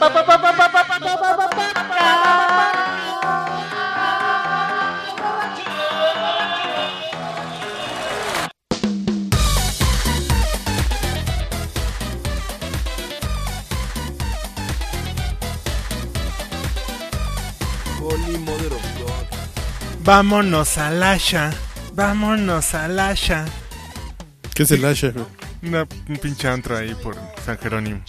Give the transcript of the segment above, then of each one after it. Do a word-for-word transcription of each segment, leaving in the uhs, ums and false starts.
Vámonos al Asha. Vámonos al Asha. ¿Qué es el Asha? Una, un pinche antro ahí por San Jerónimo.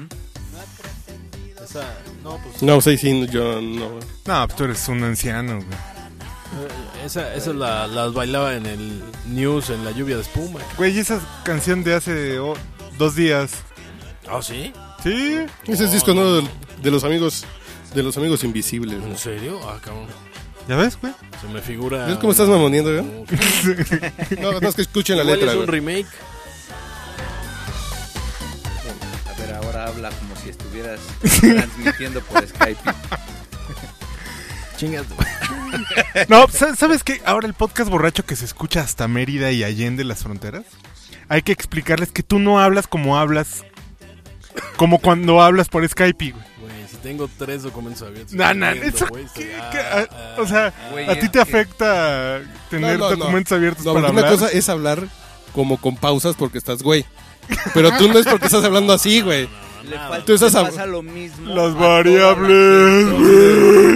¿Mm? Esa, no, pues. No, sí, sí, yo no. No, pues tú eres un anciano, güey. Eh, esa esa la, las bailaba en el News, en la lluvia de espuma. Güey, esa canción de hace oh, dos días. ¿Ah, sí? Sí. Ese es oh, disco no, de, de los amigos, de los amigos invisibles. ¿No? ¿En serio? Ah, cabrón. ¿Ya ves, güey? Se me figura. ¿Ves cómo estás mamoneando, güey? No, no es que escuchen la Igual letra. es un güey. remake. A ver, ahora habla como si estuvieras transmitiendo por Skype. Chingas. No, ¿sabes qué? Ahora el podcast borracho que se escucha hasta Mérida y Allende las fronteras. Hay que explicarles que tú no hablas como hablas. Como cuando hablas por Skype, güey. Si tengo tres documentos abiertos. No, no, viendo, eso wey, ¿qué, ah, qué, ah, ah, o sea, wey, ¿a ti te que... afecta tener no, no, documentos no. abiertos no, para una hablar? cosa es hablar como con pausas porque estás güey. Pero tú no es porque estás hablando así, güey. Le, falta, Tú estás le a... pasa lo mismo. Las variables, güey.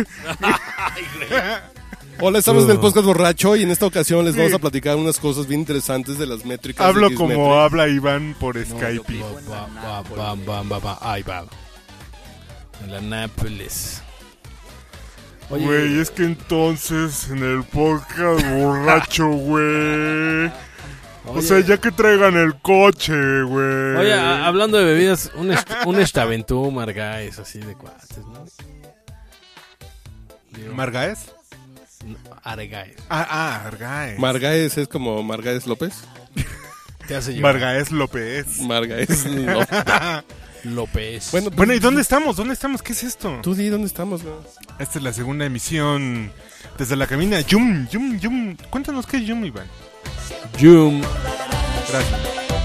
Hola, estamos en el podcast borracho y en esta ocasión les sí. vamos a platicar unas cosas bien interesantes de las métricas. Hablo de como habla Iván por no, Skype. Va, va, va, va, va, va, ahí va. En la Nápoles. Güey, es que entonces en el podcast borracho, güey. O sea, ya que traigan el coche, güey. Oye, a, hablando de bebidas, un, est un Estaventú Margáez, así de cuates, ¿no? Digo, ¿Margáez? No, Argáez. Ah, ah, Argáez. ¿Margáez es como Margáez López? Te hace llevar. Margáez López. Margáez López. López. Bueno, bueno, ¿y dónde estamos? ¿Dónde estamos? ¿Qué es esto? Tú di, ¿dónde estamos, güey? Esta es la segunda emisión desde la cabina Yum, Yum, Yum. Cuéntanos qué es Yum, Iván. Yum. Gracias.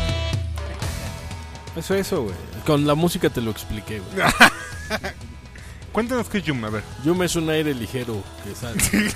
Eso, eso, güey. Con la música te lo expliqué, güey. Cuéntanos qué es Yum, a ver. Yum es un aire ligero que sale.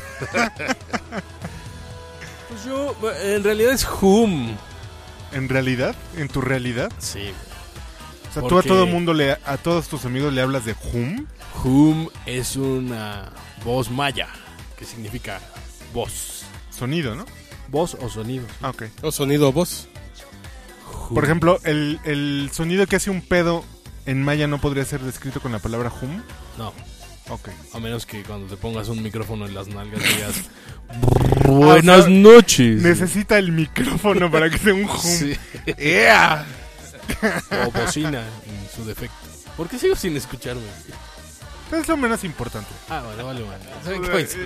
Pues yo, en realidad es hum. ¿En realidad? ¿En tu realidad? Sí, güey. O sea, Porque tú a todo mundo, le, a todos tus amigos le hablas de hum. Hum es una voz maya, que significa voz. Sonido, ¿no? Voz o sonido. Ah, ok. O sonido voz. Hum. Por ejemplo, el, el sonido que hace un pedo en maya no podría ser descrito con la palabra hum. No. Ok. A menos que cuando te pongas un micrófono en las nalgas digas buenas o sea, noches. Necesita el micrófono para que sea un hum. Sí. Yeah. O bocina en su defecto. ¿Por qué sigo sin escucharme? Es lo menos importante. Ah, bueno, vale, vale. ¿Saben qué país?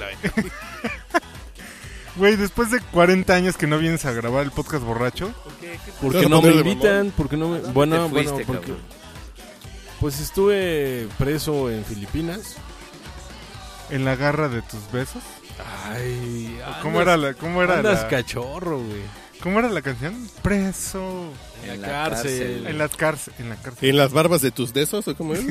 Güey, después de cuarenta años que no vienes a grabar el podcast borracho. ¿Por qué? ¿Qué Porque no me invitan, porque no me... Bueno, fuiste, bueno, porque... cabrón? Pues estuve preso en Filipinas. En la garra de tus besos. Ay, ¿Cómo andas, era la, cómo era andas la, cachorro, güey. ¿Cómo era la canción? Preso. En, En la, la cárcel. cárcel. En las cárcel, en la cárcel. ¿En las barbas de tus besos o cómo es?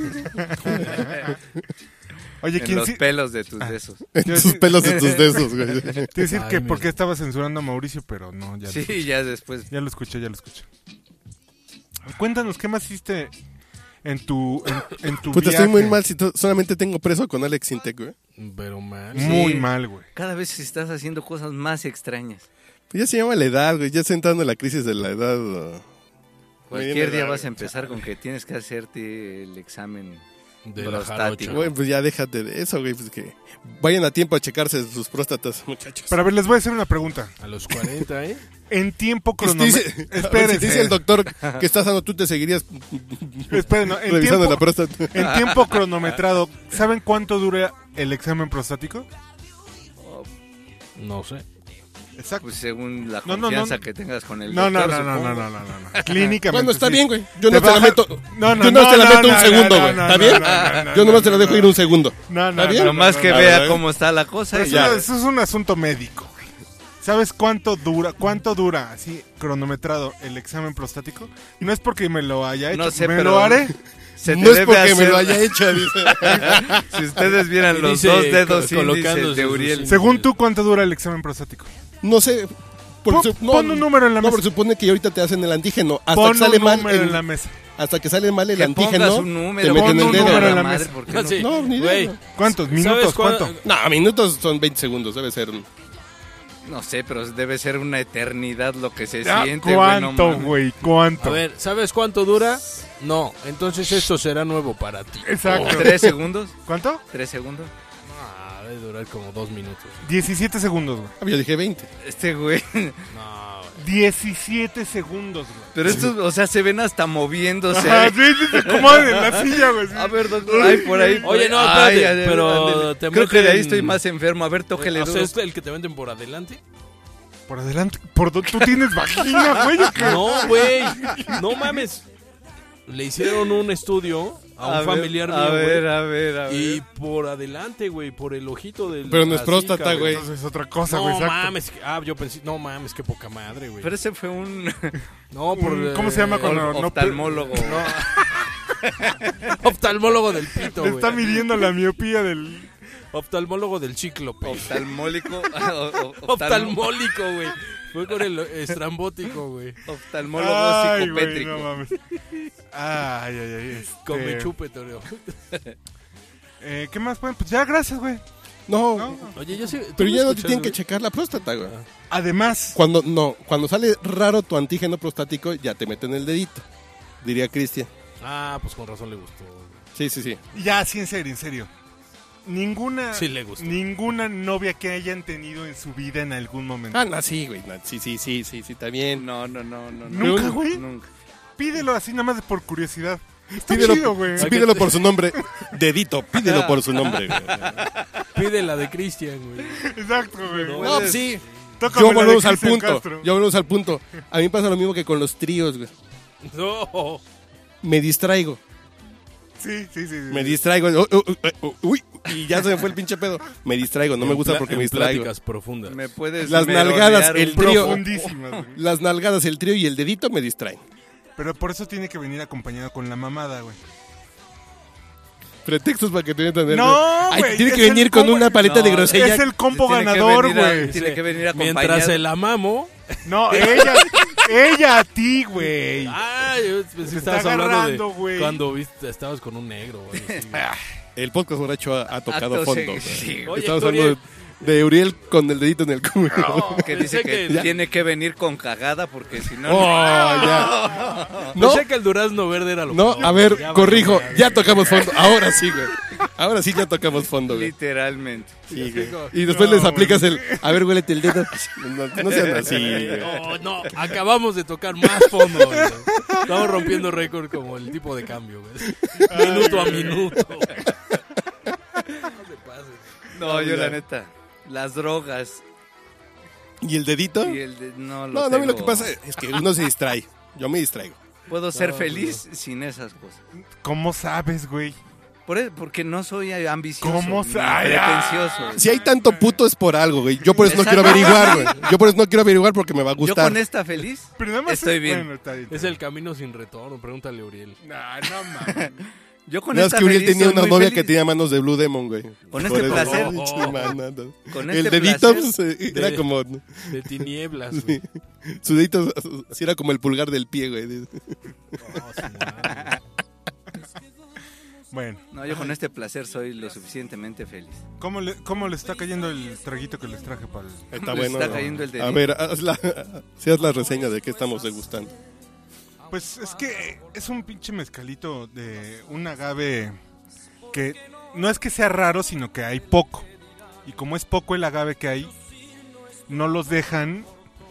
Oye, En ¿quién los sí? pelos de tus besos. En tus pelos de tus besos, güey. Te iba a decir Ay, que mira. por qué estaba censurando a Mauricio, pero no, ya lo Sí, escuché. ya después. Ya lo escuché, ya lo escuché. Cuéntanos, ¿qué más hiciste en tu, en, en tu Puta, viaje? estoy muy mal si to- solamente tengo preso con Alex Intec, güey. Pero man. Muy Sí. mal, güey. Cada vez estás haciendo cosas más extrañas. Pues ya se llama la edad, güey. Ya está entrando en la crisis de la edad. uh, Cualquier mediana día edad, vas a güey. empezar con que tienes que hacerte el examen De la prostático. jarocha. Güey, pues ya déjate de eso, güey. Pues que vayan a tiempo a checarse sus próstatas, muchachos. Pero a ver, les voy a hacer una pregunta. A los cuarenta, ¿eh? En tiempo Pues cronometrado. dice, a ver, Espérense. si dice el doctor que estás sano, tú te seguirías Esperen, no, en, revisando tiempo, la próstata. en tiempo cronometrado, ¿saben cuánto dura el examen prostático? Oh, No sé. Exacto. pues según la No, no, confianza no. que tengas con el No, no, doctor, no, no, no, supongo. no, no, no, no. Clínicamente. Bueno, está sí. bien, güey. Yo Te no te la baja- meto. No, no, Yo no no, te la no, meto no, un no, segundo, no, güey. no, ¿Está no, bien? no, no, no, Yo nomás te la no, dejo no. ir un segundo. No, no, ¿Está bien? no, Nomás no, que no, vea no, cómo está la cosa. Pero y eso, ya. eso es un asunto médico. ¿Sabes cuánto dura, cuánto dura, así, cronometrado, el examen prostático? No es porque me lo haya hecho, No sé, me pero- lo haré. Se te No es debe porque hacer- me lo haya hecho, dice. Si ustedes vieran Y los dice, dos dedos co- índices colocándose de sus Uriel. índices. Según tú, ¿cuánto dura el examen prostático? No sé. porque Pon- su- no, pon un número en la no, mesa. porque supone que ahorita te hacen el antígeno. Hasta Pon que sale un mal. número el- en la mesa. Hasta que sale mal el Que antígeno. pongas un número, te meten pon el un dedo. número en la madre, mesa. ¿por qué Ah, no? sí. No, ni idea. Güey, ¿Cuántos? ¿sabes ¿Minutos? cuál- ¿Cuánto? No, minutos son veinte segundos, debe ser. un- No sé, pero debe ser una eternidad lo que se Ya, siente, güey. no ¿Cuánto, mames. güey? ¿Cuánto? A ver, ¿sabes cuánto dura? No, entonces esto será nuevo para ti. Exacto. ¿Tres segundos? ¿Cuánto? ¿Tres segundos? Ah, debe durar como dos minutos. diecisiete segundos, güey. Ah, yo dije veinte. Este güey. No, güey. diecisiete segundos, güey. Pero estos, o sea, se ven hasta moviéndose. Ajá, sí, sí, se acomodan en la silla, güey. sí. A ver, doctor. Ay, por ahí. por Oye, ahí. no, espérate, Ay, ay, ay, pero ándele. te Creo que de ahí meten- estoy más enfermo. A ver, tóquele O sea, duro. ¿es el que te venden por adelante? Por adelante. Por do- ¿Tú tienes vagina, güey? ¿o qué? No, güey. No mames. Le hicieron un estudio a un A ver, familiar A mío, güey. ver, a ver, a ver. Y por adelante, güey, por el ojito del... Pero no es así, próstata, cabrón. güey. Entonces es otra cosa, No güey. exacto. mames. que- Ah, yo pensé... No mames, qué poca madre, güey. Pero ese fue un No, por... Un- ¿Cómo se llama eh, cuando- no, oftalmólogo. Oftalmólogo del pito, Le güey. está midiendo la miopía del... Oftalmólogo del cíclope. Oftalmólico. o- o- oftalmo- Oftalmólico, güey. Fue con el estrambótico, güey. Oftalmólogo Ay, güey, psicopétrico. no mames. Ay, ay, ay. Este... Come chupe, Toreo. Eh, ¿Qué más pueden? Pues ya, gracias, güey. No, No. Oye, yo sí... ¿tú pero me ya no te escuchas, tienen que güey? checar la próstata, güey. Además, Cuando, no, cuando sale raro tu antígeno prostático, ya te meten el dedito. Diría Cristian. Ah, pues con razón le gustó. güey. Sí, sí, sí. ya, sí, en serio, en serio. Ninguna, Sí le gustó. ninguna novia que hayan tenido en su vida en algún momento. Ah, no, sí, güey. no, sí, sí, sí, sí, sí, está bien. No, no, no, no. no. ¿Nunca, güey? Nunca. Pídelo así nada más por curiosidad. Está Pídelo, chido, güey. sí, pídelo por su nombre. Dedito, pídelo por su nombre, güey. Pide la de Cristian, güey. Exacto, güey. No, pues sí. Tócame Yo la de volvemos al Cristian punto. Castro. Yo volvemos al punto. A mí me pasa lo mismo que con los tríos, güey. No. Me distraigo. Sí, sí, sí. sí. Me distraigo. Oh, oh, oh, oh, uy, y ya se me fue el pinche pedo. Me distraigo, no me gusta Pla- porque en me distraigo. pláticas profundas. Me puedes Las merodear nalgadas, un el poco. trío. Profundísimas, güey. Las nalgadas, el trío y el dedito me distraen. Pero por eso tiene que venir acompañado con la mamada, güey. Pretextos para que te metan el No, Ay, güey, tiene es que venir el con combo- una paleta de No, grosella. Es el combo Tiene que ganador, venir a- güey. Tiene que venir Mientras acompañado. se la mamo. No, ella, ella a ti, güey. Ah, yo pensé Se que está estabas hablando agarrando, de güey. cuando viste, estabas con un negro. güey, así, güey. El podcast borracho ha, ha tocado Acto fondo. se- güey. sí, güey. Oye, Estamos Uriel. hablando de, de Uriel con el dedito en el culo. Que Pensé dice que, que- tiene que venir con cagada porque si no... Oh, ya. No, Pensé que el durazno verde era lo no, peor. a ver, Ya corrijo. valió, Ya tocamos fondo. Ahora sí, güey. Ahora sí ya tocamos fondo, güey. Literalmente. Sí, güey. Y después les aplicas el. A ver, huélete el dedo. No, no sean así, güey. No, no, acabamos de tocar más fondo. güey. Estamos rompiendo récord como el tipo de cambio, güey. Minuto a minuto. No se pase. No, yo ya. la neta. Las drogas ¿Y el dedito? y el de... No, lo No, no, a mí lo que tengo. pasa es que uno se distrae. Yo me distraigo. Puedo ser No, feliz sin esas cosas. ¿Cómo sabes, güey? Por e- porque no soy ambicioso. ¿Cómo ni sabe? pretencioso. Si hay tanto puto es por algo, güey. Yo por eso no Exacto. quiero averiguar, güey. Yo por eso no quiero averiguar porque me va a Yo gustar. con esta feliz Pero nada más estoy es- bien. bueno, está bien. Es el camino sin retorno, pregúntale a Uriel. Nah, no mames. Yo con No, es esta que Uriel feliz tenía soy una muy novia feliz. que tenía manos de Blue Demon, güey. Con Por este eso- placer. Oh, pinche mana, no. Con El este dedito placer. pues, eh, era De- como. De tinieblas, Sí. güey. Su dedito sí era como el pulgar del pie, güey. No, su madre. Bueno, No, yo con este placer soy lo suficientemente feliz. ¿cómo le, ¿cómo le está cayendo el traguito que les traje para el... Está Me bueno. está ¿no? cayendo el dedito. A ver, haz la, si haz la reseña de qué estamos degustando. Pues es que es un pinche mezcalito de un agave que no es que sea raro, sino que hay poco. Y como es poco el agave que hay, no los dejan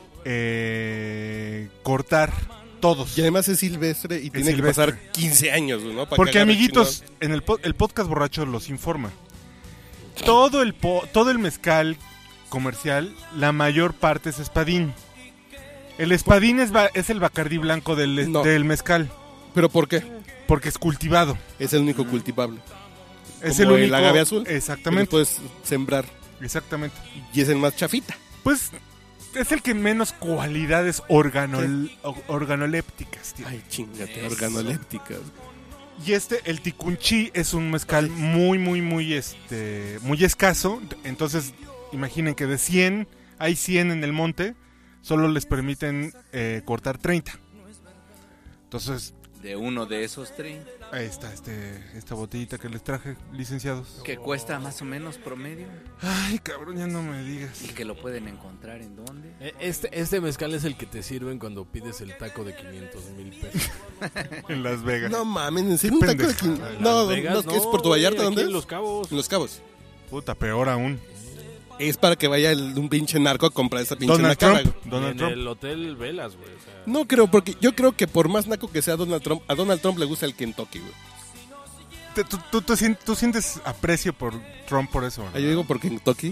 eh, cortar todos. Y además es silvestre y tiene silvestre. que pasar quince años, ¿no? Para Porque que agarre amiguitos, chingón. en el, po- el podcast borracho los informa. Todo el po- todo el mezcal comercial, la mayor parte es espadín. El espadín es, ba- es el bacardí blanco del, No. del mezcal, ¿Pero por qué? porque es cultivado. Es el único cultivable. Es Como el el único agave azul. Exactamente, Puedes sembrar exactamente. y es el más chafita. Pues es el que menos cualidades organol, organolépticas tiene. Ay, chingate, Eso. organolépticas. Y este, el Ticunchi, es un mezcal muy, muy, muy, este, muy escaso. Entonces, imaginen que de cien, hay cien en el monte, solo les permiten eh, cortar treinta. Entonces, De uno de esos treinta. ahí está este, esta botellita que les traje, licenciados. Que cuesta más o menos promedio. Ay, cabrón, ya no me digas. Y que lo pueden encontrar en dónde. Eh, Este, este mezcal es el que te sirven cuando pides el taco de quinientos mil pesos. En Las Vegas. No mames, en serio, un taco de pendejo. quin- En No, Las Vegas, no, ¿qué es no, Puerto Vallarta? güey, ¿Dónde aquí es? en Los Cabos. En Los Cabos. Puta, peor aún. Es para que vaya el- un pinche narco a comprar esa pinche Donald nacada, Trump. güey. Donald en Trump. el hotel Velas, güey. O sea, No creo, porque yo creo que por más naco que sea Donald Trump, a Donald Trump le gusta el Kentucky, güey. Te- Tú, tú, tú sien- tú sientes aprecio por Trump por eso, ¿no? Ah, yo digo por Kentucky.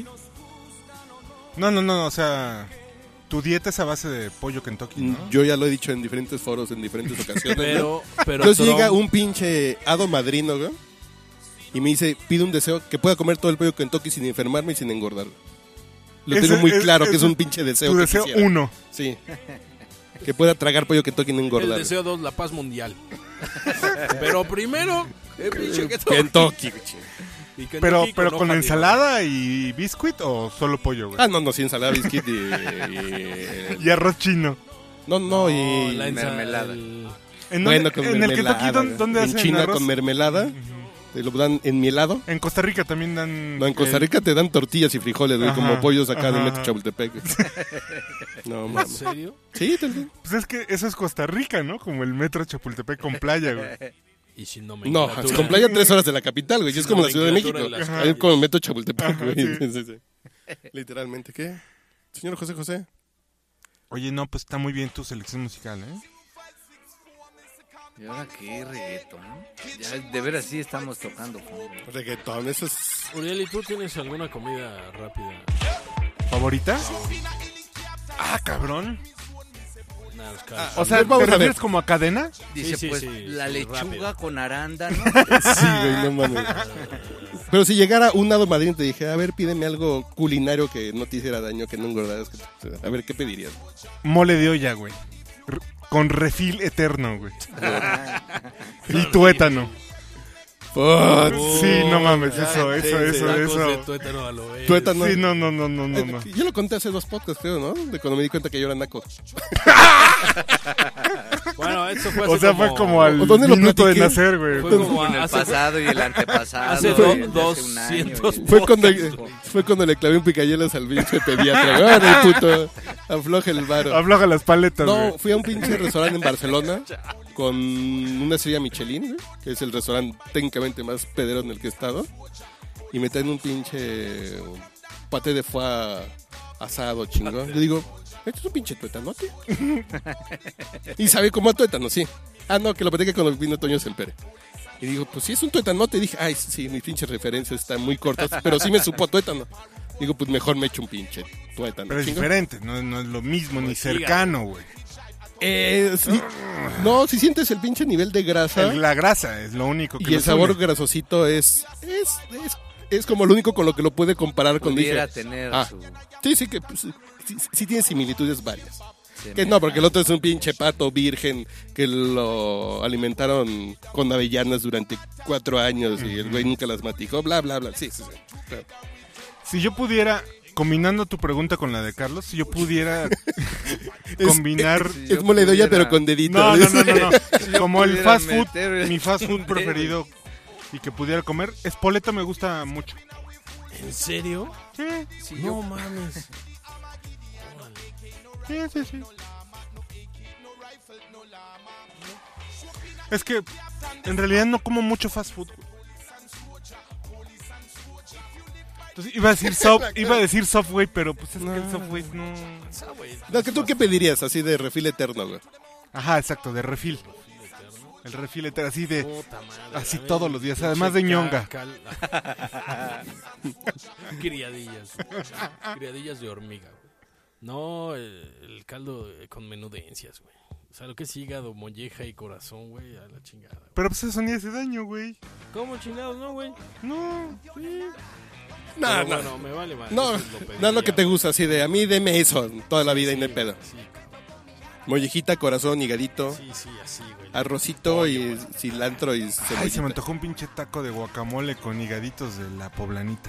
No, no, no, o sea, tu dieta es a base de pollo Kentucky, ¿no? Yo ya lo he dicho en diferentes foros, en diferentes ocasiones. pero, pero Entonces Trump- llega un pinche hado madrino, güey, y me dice, pide un deseo que pueda comer todo el pollo Kentucky sin enfermarme y sin engordar. Lo Ese tengo muy es- claro que es ese un pinche deseo. Tu que deseo quisiera. uno. Sí. Que pueda tragar pollo Kentucky y no el engordar. deseo dos, la paz mundial. pero primero, el pinche Kentucky. Kentucky, güey. Y Kentucky Pero, pero hoja con de- ensalada y biscuit o solo pollo, güey. Ah, no, no, sí, ensalada, biscuit y... y- Y arroz chino. No, no, y... No, la ensa- mermelada. el- ¿En, Bueno, dónde- con en el mermelada, Kentucky ¿dónde, güey. dónde En hacen China arroz? con mermelada, te lo dan en mielado. En Costa Rica también dan... No, en Costa el- Rica te dan tortillas y frijoles, güey, Ajá, como pollos acá de ajá, Metro ajá. Chapultepec. güey. No, ¿En mames. serio? Sí, te lo- Pues es que eso es Costa Rica, ¿no? Como el metro Chapultepec con playa, güey. Y si no No, nomenclatura. con playa tres horas de la capital, güey. y es como la Ciudad de México. Nomenclatura en las Ahí calles. como Metro Chapultepec, Ajá, güey. sí. Sí, sí. Literalmente, ¿qué? Señor José José. Oye, no, pues está muy bien tu selección musical, ¿eh? ¿Y ahora qué reggaetón? Ya de veras sí estamos tocando fondo. Reggaetón, eso es... Uriel, ¿y tú tienes alguna comida rápida? ¿Favorita? Ah, cabrón. Nada, Oscar. O sea, ver, vamos ¿te a ver. refieres como a cadena? Dice, sí, pues, sí, la sí, lechuga rápido. con arándano. Sí, güey, no mames. Pero si llegara un hado madrino y te dije, a ver, pídeme algo culinario que no te hiciera daño, que no engordaras. que- A ver, ¿qué pedirías? Mole de olla, güey. R- con refil eterno, güey. Y tuétano. Fuck. Sí, no mames, eso, sí, eso, sí. eso, Tacos de eso. tuétano a lo bestia. Tuétano. Sí, no, no, no, no, no, no. Eh, Yo lo conté hace dos podcasts, creo, ¿no? De cuando me di cuenta que yo era naco. Bueno, eso fue O hace sea, fue como al ¿Dónde lo minuto de platiqué? nacer, güey. Fue como En el hace- pasado y el antepasado. hace y do- el de hace un año, doscientos y- Fue cuando, Cinco. fue cuando le clavé un picayelas al pinche pediatra. ¡Ahora, puto! Afloja el varo. Afloja las paletas, güey. No, fui a un pinche restaurante en Barcelona con una estrella Michelin, güey, que es el restaurante técnicamente más pedero en el que he estado. Y me traen un pinche paté de foie asado chingón. Yo digo, ¿esto es un pinche tuétanote? Y sabe como a tuétano, sí. Ah, no, que lo platiqué cuando vino Toño Selpere. Y digo, pues sí, es un tuétanote. Y dije, ay, sí, mis pinches referencias están muy cortas, pero sí me supo a tuétano. Digo, pues mejor me echo un pinche tuétano. Pero es chingón. diferente, no, no es lo mismo, ni Pues sígame. cercano, güey. Eh, sí. No, si sientes el pinche nivel de grasa El- La grasa es lo único que y el los sabor une. grasosito es, es, es, es como lo único con lo que lo puede comparar con Pudiera dije. tener Ah, su... sí, sí, que pues, sí, sí tiene similitudes varias. se Que me- no, porque el otro es un pinche pato virgen que lo alimentaron con avellanas durante cuatro años y el güey nunca las maticó, bla, bla, bla. Sí, sí, sí. Claro. Si yo pudiera, combinando tu pregunta con la de Carlos, si yo pudiera Es- combinar... Si Es yo mole de olla, pudiera- pero con dedito. No, no, no, no, no. yo Como el pudiera fast food, meter- mi fast food meter- preferido y que pudiera comer, Espoleta me gusta mucho. ¿En serio? Sí, Si No yo mames. sí, sí, sí. Es que en realidad no como mucho fast food, güey. Entonces iba a decir soft, iba a decir Subway, pero pues es que el Subway no... No, ¿que ¿Tú qué pedirías así de refil eterno, güey? Ajá, exacto, de refil. El refil eterno, así de... Puta madre, Así a ver, todos los días, pinche además de ca- ñonga. cal- Criadillas. Criadillas de hormiga, güey. No, el, el caldo eh, con menudencias, güey. O sea, lo que es hígado, molleja y corazón, güey, a la chingada. güey. Pero pues eso ni hace daño, güey. ¿Cómo chingados, no, güey? No, Sí. No, Pero no. bueno, me vale más. No, eso lo pediría. no es lo que te gusta, así de a mí deme eso toda la vida y no hay Sí, pedo. Sí, Mollejita, corazón, higadito, sí, sí, así, güey. arrocito y cilantro y Ay, se me cebollita. antojó un pinche taco de guacamole con higaditos de la poblanita.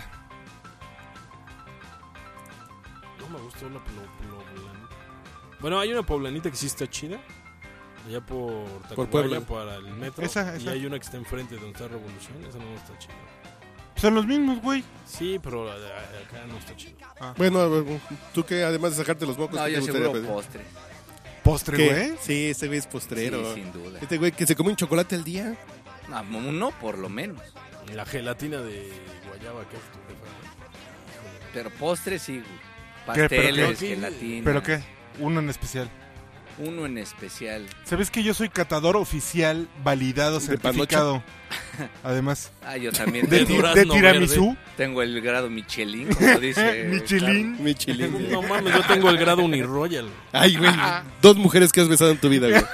No me gustó la plo- plo- poblanita. Bueno, hay una poblanita que sí está chida. Allá por Por Tacubaya, Puebla. para el metro. Esa, Y esa. hay una que está enfrente donde está Revolución. Esa no está chida. Son los mismos, güey. Sí, pero la de acá no está chida. Bueno, a ver, tú que además de sacarte los mocos, No, ¿qué te yo gustaría seguro pedir? postre. Postre, ¿Qué? güey. Sí, este güey es postrero. Sí, sin duda. Este güey que se come un chocolate al día. No, uno por lo menos. La gelatina de guayaba que es tu jefa, ¿no? Pero postre sí, güey. ¿Qué? ¿Pero Pasteles, qué? gelatina. ¿Pero qué? Uno en especial. Uno en especial. ¿Sabes que yo soy catador oficial, validado, ¿De certificado? Además, Ah, yo también de, De ti- tengo, durazno de tiramisú, tengo el grado Michelin, como dice. Michelin. Mi chilín. No mames, yo tengo el grado Uniroyal. Ay, güey. Dos mujeres que has besado en tu vida, güey.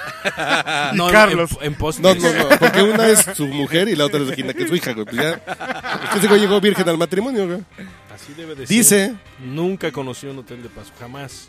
Y No, Carlos. En, en No, postres. no, no. Porque una es su mujer y la otra es Regina, que es su hija, güey. Pues ya. Es que ese güey llegó virgen al matrimonio, güey. Así debe de ser. Dice. Nunca conocí un hotel de paso, jamás.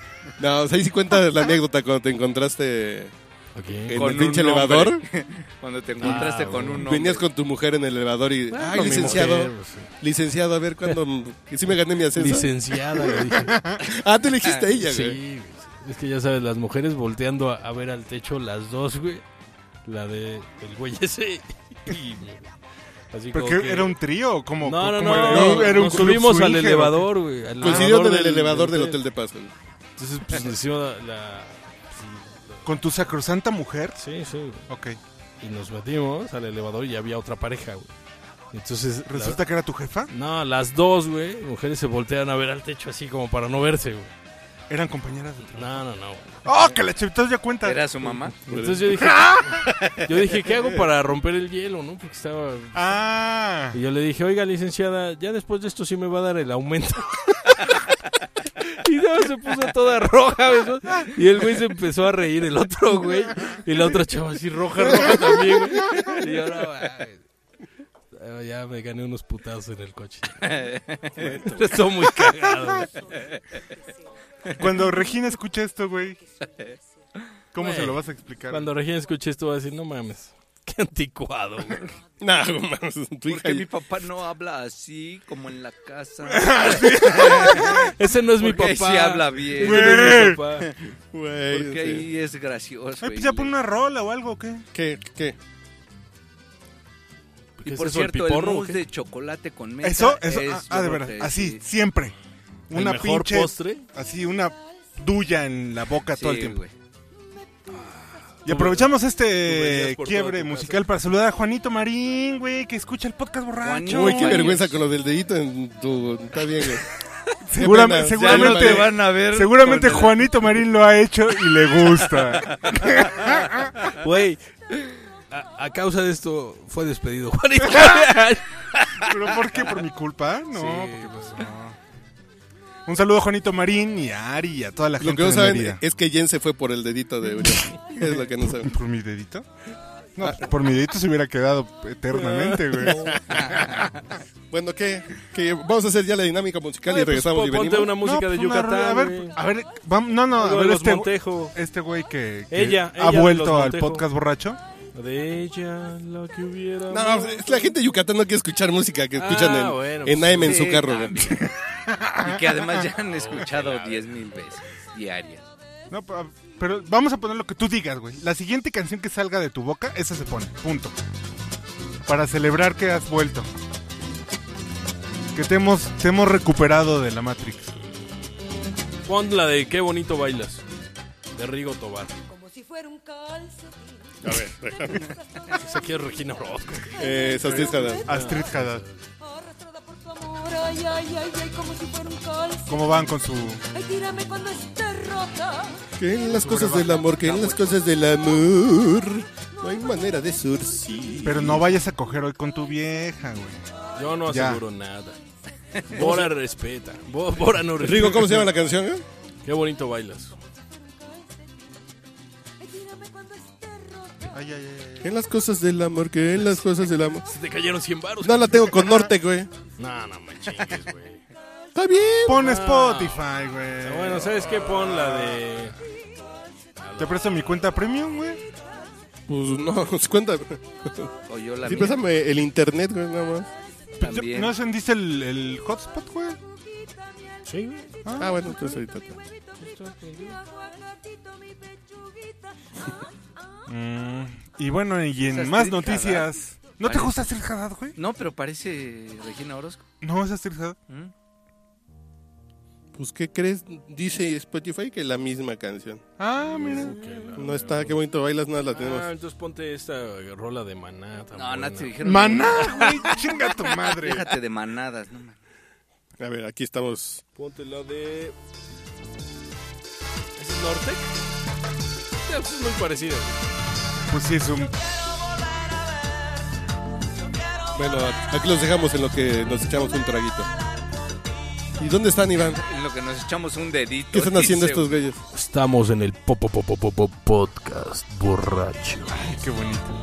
No, o sea, ahí sí cuenta la anécdota cuando te encontraste en Con el un pinche hombre. elevador. Cuando te encontraste Ah, con bueno. un hombre. Venías con tu mujer en el elevador y. Bueno, Ay, mi licenciado. mujer, pues, sí. Licenciado, a ver cuándo. Que sí me gané mi ascenso. Licenciada, le dije. Ah, tú elegiste a ella, Sí, güey. güey. Es que ya sabes, las mujeres volteando a, a ver al techo, las dos, güey. La de el güey ese. Y, así como ¿Porque que- era un trío o cómo? No, no, cómo no. era? no, era un nos club subimos al swinger, ¿o elevador, güey. al Coincidieron en el del- elevador del hotel de paso. Entonces, pues nos hicimos la. la- sí, qué? ¿Con tu sacrosanta mujer? sí, sí, güey. Ok. Y nos metimos al elevador y había otra pareja, güey. Entonces. la- ¿Resulta que era tu jefa? No, las dos, güey, mujeres se voltean a ver al techo así como para no verse, güey. Eran compañeras de trabajo. No, no, no. güey. ¡Oh, que la chivita ya cuenta! ¿Era su mamá? Entonces yo dije, yo dije, ¿qué hago para romper el hielo, no? Porque estaba... Ah, Y yo le dije, oiga, licenciada, ya después de esto sí me va a dar el aumento. Y no, se puso toda roja, güey, ¿no? Y el güey se empezó a reír, el otro güey. Y la otra chava así roja, roja también, güey. Y yo, no, güey. Ya me gané unos putazos en el coche. Estuvo muy cagado, güey. cuando Regina escucha esto, güey, ¿cómo Güey, se lo vas a explicar? Cuando Regina escuche esto va a decir, no mames, qué anticuado, güey. No, mames, tu hija. Porque mi papá no habla así como en la casa. Ese no es mi Porque papá. ahí sí habla bien. Ese no es mi papá. Güey, Porque sí. ahí es gracioso. Ay, pues y ya le- pon una rola o algo, ¿o qué? ¿Qué? ¿Qué? Y ¿Qué por es eso, el cierto, el, piporro o mousse qué? de chocolate con menta Eso, eso, es, ah, yo ah, de creo verdad, que así, sí. siempre. ¿El Una mejor pinche, postre? así, una duya en la boca todo el Sí, tiempo. güey. Y aprovechamos Tú este venías por quiebre toda tu musical para saludar a Juanito Marín, güey, que escucha el podcast borracho. Juanito, Uy, qué Ay, vergüenza es- con lo del dedito en tu. Está bien, güey. Seguramente, Qué pena. seguramente, Ya no te van a ver. seguramente con el- Juanito Marín lo ha hecho y le gusta. Güey, a, a causa de esto fue despedido Juanito. ¿Pero por qué? ¿Por mi culpa? No, Sí, porque, pues, no. Un saludo a Juanito Marín y a Ari y a toda la Lo gente que no de saben Mérida. es que Jen se fue por el dedito de Uriel. Es lo que no saben. ¿Por mi dedito? No, por mi dedito se hubiera quedado eternamente, güey. Bueno, ¿qué? ¿Qué? Vamos a hacer ya la dinámica musical Oye, y pues, regresamos y po- ponte venimos. una música No, de pues, una rola. Yucatán, A ver, güey. a ver, vamos, no, no, a Algo ver de los este, Montejo. este güey que, que Ella, ha ella de vuelto los al Montejo. podcast borracho. De ella, lo que hubiera... No, es la gente de Yucatán no quiere escuchar música que escuchan Ah, en, bueno, en pues, A M en sí, su carro. güey. también. Y que además ya han escuchado diez mil veces diarias. No, pa- pero vamos a poner lo que tú digas, güey. La siguiente canción que salga de tu boca, esa se pone. Punto. Para celebrar que has vuelto. Que te hemos, te hemos recuperado de la Matrix. Pon la de Qué bonito bailas, de Rigo Tobar. Como si fuera un calcetín. A ver, Esa aquí es Regina Orozco. eh, Sastis Haddad. Astrid Haddad. Arrastrada por tu amor, ay, ay, ay, ay, como si fuera un calcetín. ¿Cómo van con su...? Ay, tírame cuando esté rota. Que en las cosas del amor, que en las cosas del amor no hay manera de surcir. Pero no vayas a coger hoy con tu vieja, güey. Yo no Ya. aseguro nada. Bora respeta. Bo- Bora no respeta. Rigo, ¿cómo se llama la canción? eh? Qué bonito bailas. Ay, tírame cuando esté Ay, ay, ay, ay. En las cosas del amor, que en las cosas del amor. Se te cayeron cien baros. No la tengo con norte, güey. No, no me chingues, güey. Está bien. Pon Spotify, güey. Bueno, ¿sabes qué? Pon la de... ¿Te presto mi cuenta premium, güey? Pues no, se cuenta. O yo la Sí, mía pésame el internet, güey, nada más. también. ¿No encendiste el, el hotspot, güey? Sí, güey. Ah, bueno, entonces ahorita. Mm, y bueno, y en Esa más Astrid noticias... ¿No te Parece- gusta Astrid Haddad, güey? No, pero parece Regina Orozco. No, es Astrid Haddad. ¿Mm? Pues, ¿qué crees? Dice Spotify que la misma canción. Ah, mira. No está, qué bonito bailas, nada, la tenemos. Ah, entonces ponte esta rola de Maná. tan No, buena. no te dijeron. Maná, güey, chinga tu madre. Déjate de manadas, no man. A ver, aquí estamos. Ponte la de... ¿Es Nortec? Ya, pues es muy parecida. Pues sí, es un... Bueno, aquí los dejamos en lo que nos echamos un traguito. ¿Y dónde están, Iván? En lo que nos echamos un dedito. ¿Qué están haciendo dice, estos güeyes? Estamos en el Popo Popo Popo Podcast Borracho. Ay, qué bonito.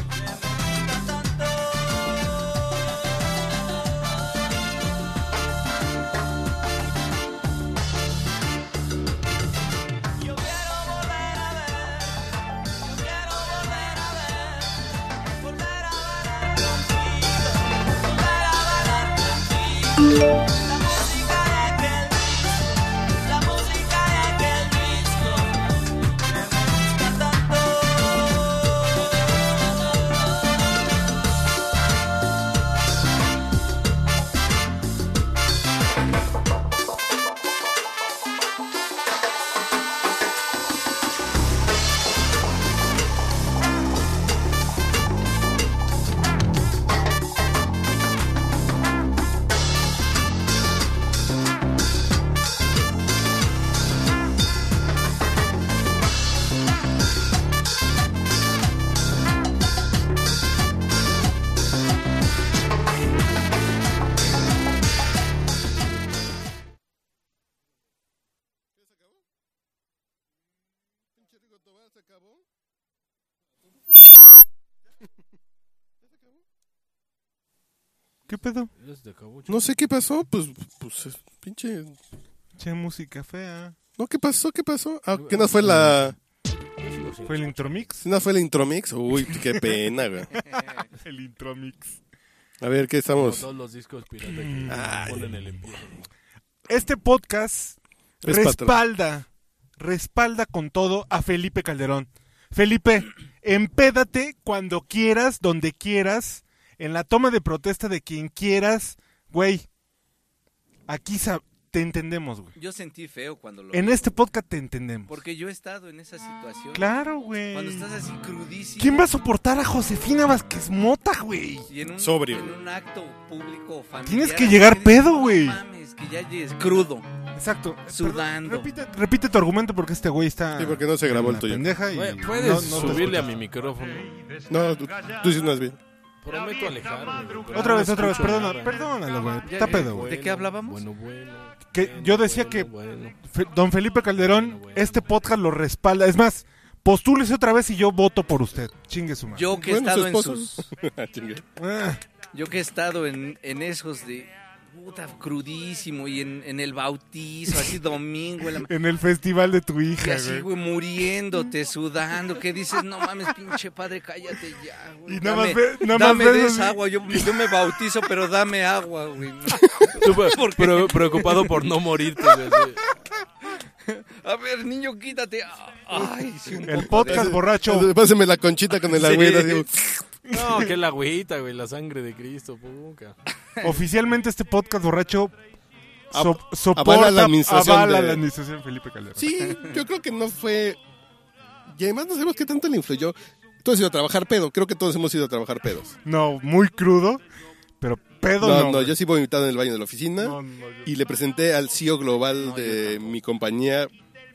¿Qué pedo? No sé qué pasó, pues, pues, es pinche... Che, música fea. No, ¿qué pasó? ¿Qué pasó? Ah, ¿qué no fue la... ¿Fue el intromix? ¿No fue la intromix? Uy, qué pena, güey. El intromix. A ver, ¿qué Como estamos? todos los discos pirata que Ay. ponen el empiezo. Este podcast Es respalda, respalda con todo a Felipe Calderón. Felipe, empédate cuando quieras, donde quieras, en la toma de protesta de quien quieras, güey. Aquí sa- te entendemos, güey. Yo sentí feo cuando lo En vi, este güey, podcast te entendemos. porque yo he estado en esa situación. Claro, güey. Cuando estás así crudísimo. ¿Quién va a soportar a Josefina Vázquez Mota, güey? Y en un, Sobrio. en un acto público o familiar. Tienes que llegar dices, pedo, no güey. mames, que ya llegues crudo. Exacto. Sudando. Perdón, repite, repite tu argumento porque este güey está... Sí, porque no se grabó en el la tuyo. pendeja y Güey, no- Puedes no te subirle a escuchas. mi micrófono. No, tú, tú dices más bien. Prometo alejarme. güey, pero Otra no vez, otra vez, escucho perdona, nada. perdónalo, güey. Ya, Está ya. pedo, güey. ¿De qué hablábamos? Bueno, bueno. Que bueno, yo decía bueno, que bueno. Fe- don Felipe Calderón, este podcast lo respalda. Es más, postúlese otra vez y yo voto por usted. Chingue su madre. Yo que he Bueno, su estado en esposo. sus... Ah, chingue. Ah, Yo que he estado en, en esos de... Puta, crudísimo. Y en, en el bautizo, así domingo. En la... en el festival de tu Y hija, así, güey. güey, muriéndote, sudando, que dices, no mames, pinche padre, cállate ya, güey. Y nada Dame, más ve- nada más dame ves de así. esa agua, yo, yo me bautizo, pero dame agua, güey. Tú, pre- pre- preocupado por no morirte, güey. sí. A ver, niño, quítate. Ay, sí, un El poco de- podcast borracho. Páseme la conchita con el agüita. digo. No, que la agüita, güey, la sangre de Cristo, puca. Oficialmente este podcast borracho so- Ab- soporta, avala la administración avala de- la administración de Felipe Calderón. Sí, yo creo que no fue... Y además no sabemos qué tanto le influyó. Tú has ido a trabajar pedo. Creo que todos hemos ido a trabajar pedos. No, muy crudo, pero pedo No, no. no, güey. yo sí voy invitado en el baño de la oficina. No, no, yo- Y le presenté al C E O global No, de yo mi compañía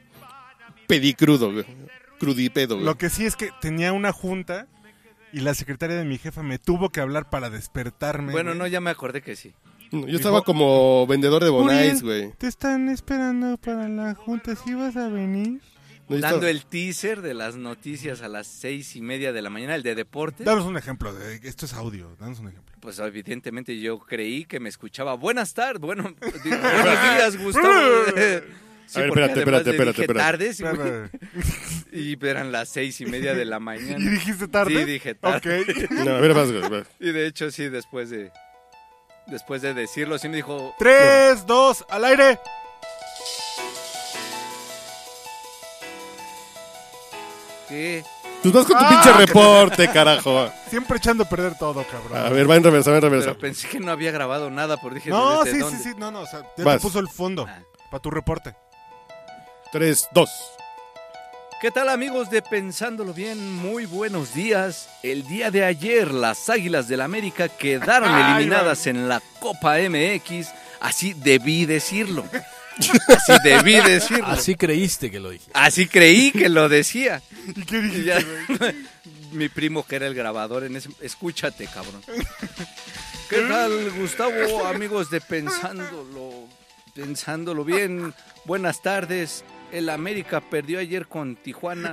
pedicrudo, güey. Crudipedo, güey. Lo que sí es que tenía una junta y la secretaria de mi jefa me tuvo que hablar para despertarme. Bueno, güey. no, ya me acordé que sí. No, yo estaba como vendedor de Bonais, Uriel, güey. Te están esperando para la junta, ¿sí vas a venir? No, yo dando estaba- el teaser de las noticias a las seis y media de la mañana, el de deporte. Danos un ejemplo. De, esto es audio. Danos un ejemplo. Pues evidentemente yo creí que me escuchaba. Buenas tardes, bueno, di- buenos días, Gustavo. Sí, A ver, porque espérate, además espérate, le espérate, dije espérate. tardes y, güey, y eran las seis y media de la ¿Y mañana. dijiste tarde? Sí, dije tarde. Ok. No, a ver, vas, güey. vas. Y de hecho sí, después de después de decirlo, sí me dijo, Tres, dos, al aire. ¿qué? Pues vas con tu Ah, pinche que- reporte, carajo. Siempre echando a perder todo, cabrón. A ver, va en reversa, va en reversa. Pero pensé que no había grabado nada, porque dije, No, ¿desde sí, dónde? sí, sí. No, no. O sea, ya Vas. te puso el fondo Ah. para tu reporte. Tres, dos. ¿Qué tal, amigos de Pensándolo Bien? Muy buenos días. El día de ayer las Águilas del América quedaron Ay, eliminadas en la Copa M X. Así debí decirlo. Así debí decirlo. Así, Así creíste que lo dije. creí que lo decía. ¿Y qué Y dijiste, ya- güey? Mi primo, que era el grabador en ese... Escúchate, cabrón. ¿Qué tal, Gustavo? Amigos de Pensándolo... Pensándolo Bien. Buenas tardes. El América perdió ayer con Tijuana.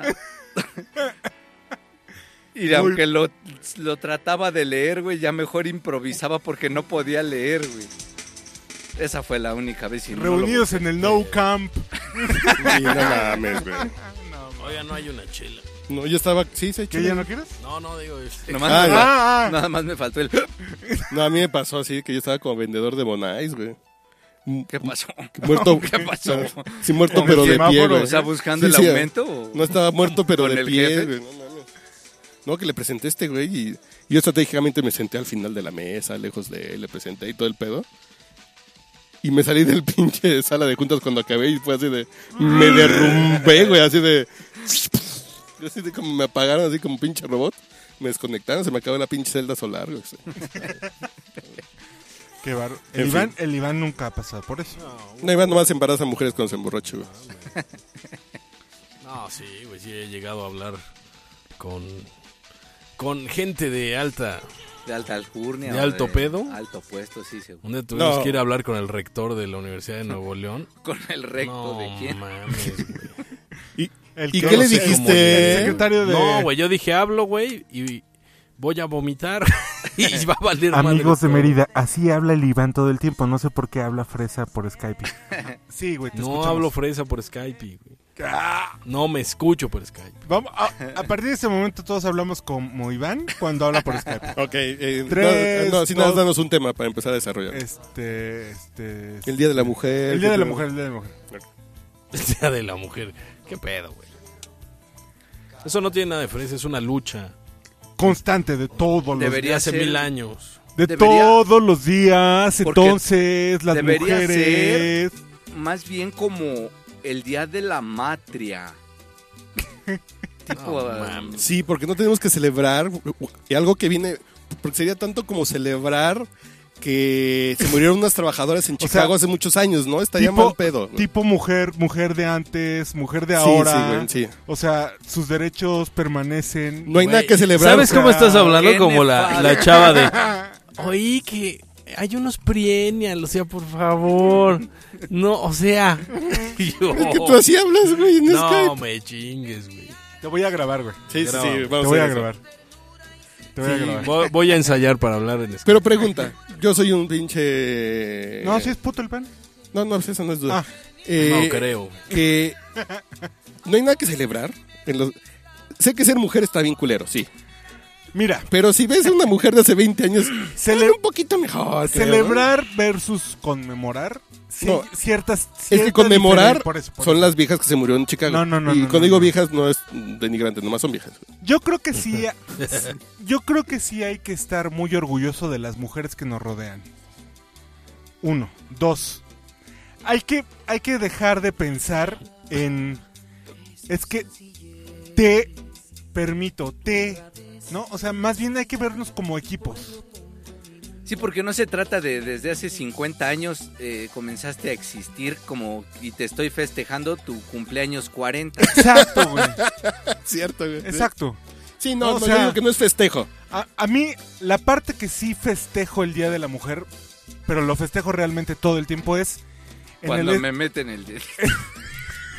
Y aunque lo, lo trataba de leer, güey, ya mejor improvisaba porque no podía leer, güey. Esa fue la única vez. Y no lo Reunidos en el No Camp. Sí, no mames, güey. Oiga, no hay una chela. No, yo estaba. Sí, sí, ¿Qué, ya no quieres? No, no, digo, este, Nomás, Ah, me, ya. Ah, ah. nada más me faltó el... No, a mí me pasó así, que yo estaba como vendedor de Bonais, güey. ¿Qué pasó? Muerto. ¿Qué pasó? Sí, muerto, Como pero el de pie, semáforo, güey. O sea, buscando Sí, el sí, aumento. ¿O? No estaba muerto, pero ¿Con de el pie, jefe? güey. No mames. No, que le presenté a este güey y yo estratégicamente me senté al final de la mesa, lejos de él, le presenté y todo el pedo. Y me salí del pinche sala de juntas cuando acabé y fue así de... Me derrumbé, güey, así de... Así de como me apagaron, así como pinche robot. Me desconectaron, se me acabó la pinche celda solar, güey. Qué barro. El En Iván, fin. el Iván nunca ha pasado por eso. No, Iván nomás embaraza a mujeres cuando se emborracha, güey. no, sí, güey, sí he llegado a hablar con, con gente de alta. De alta alcurnia. ¿De o alto pedo? Alto puesto, sí, seguro. Un día tuvimos No. que ir a hablar con el rector de la Universidad de Nuevo León. Con el recto no, de quién. mames, güey. ¿Y, El ¿y que- qué le no sé, como dijiste? El secretario de... No, güey, yo dije, hablo, güey, y voy a vomitar y va a valer madre Amigos de todo. Mérida, así habla el Iván todo el tiempo. No sé por qué habla fresa por Skype. Sí, güey, te No escuchamos. hablo fresa por Skype, güey. Ah, No me escucho por Skype. vamos, a, a partir de ese momento todos hablamos como Iván cuando habla por Skype. Ok, eh, Tres, no, no, si nada, dos. danos un tema para empezar a desarrollar. Este, este... El Día de la Mujer. El Día de la Mujer, el Día de la Mujer. El día de la mujer. ¿Qué pedo, güey? Eso no tiene nada de fresa, es una lucha. Constante de todos los Debería De hace ser- mil años. De Debería- todos los días, Porque entonces, las debería mujeres... Más bien como el día de la matria. Tipo, No, ah, mames. Sí, porque no tenemos que celebrar y algo que viene, porque sería tanto como celebrar que se murieron unas trabajadoras en O sea, Chicago hace muchos años, ¿no? Estaría tipo- mal pedo. ¿no? Tipo mujer, mujer de antes, mujer de Sí, ahora. sí, güey, sí. O sea, sus derechos permanecen. No hay Güey, nada que celebrar. ¿Sabes cómo estás hablando? Qué Como la, nefasto. la chava de... Oí que hay unos perennial, o sea, por favor. No, o sea... yo- Es que tú así hablas, güey, en no Skype. me chingues, güey. Te voy a grabar, güey. Sí, sí, sí, Graba. vamos Te voy a hacer eso. grabar. Te voy a Sí, grabar. Voy, voy a ensayar para hablar en Skype. Pero pregunta, yo soy un pinche... No, si es puto el pan. No, no, eso no es duda. Ah. Eh, No creo. Que no hay nada que celebrar. En los... Sé que ser mujer está bien culero, sí. Mira, Pero si ves a una mujer de hace veinte años, Cele- es un poquito mejor. creo, ¿no? celebrar versus conmemorar. Sí, No, ciertas, Es que ciertas conmemorar diferen- por eso, por son eso. las viejas que se murieron en Chicago. No, no, no, Y no, cuando no, digo no. viejas no es denigrante, nomás son viejas. Yo creo que sí. Yo creo que sí hay que estar muy orgulloso de las mujeres que nos rodean. Uno. Dos. Hay que, hay que dejar de pensar en. Es que te permito, te. ¿No? O sea, más bien hay que vernos como equipos. sí, porque no se trata de desde hace cincuenta años eh, comenzaste a existir como y te estoy festejando tu cumpleaños cuarenta. Exacto, güey. Cierto, güey. Exacto. Sí, no, O no, sea- yo digo que no es festejo. A, a mí, la parte que sí festejo el Día de la Mujer, pero lo festejo realmente todo el tiempo es... En Cuando el, me meten el...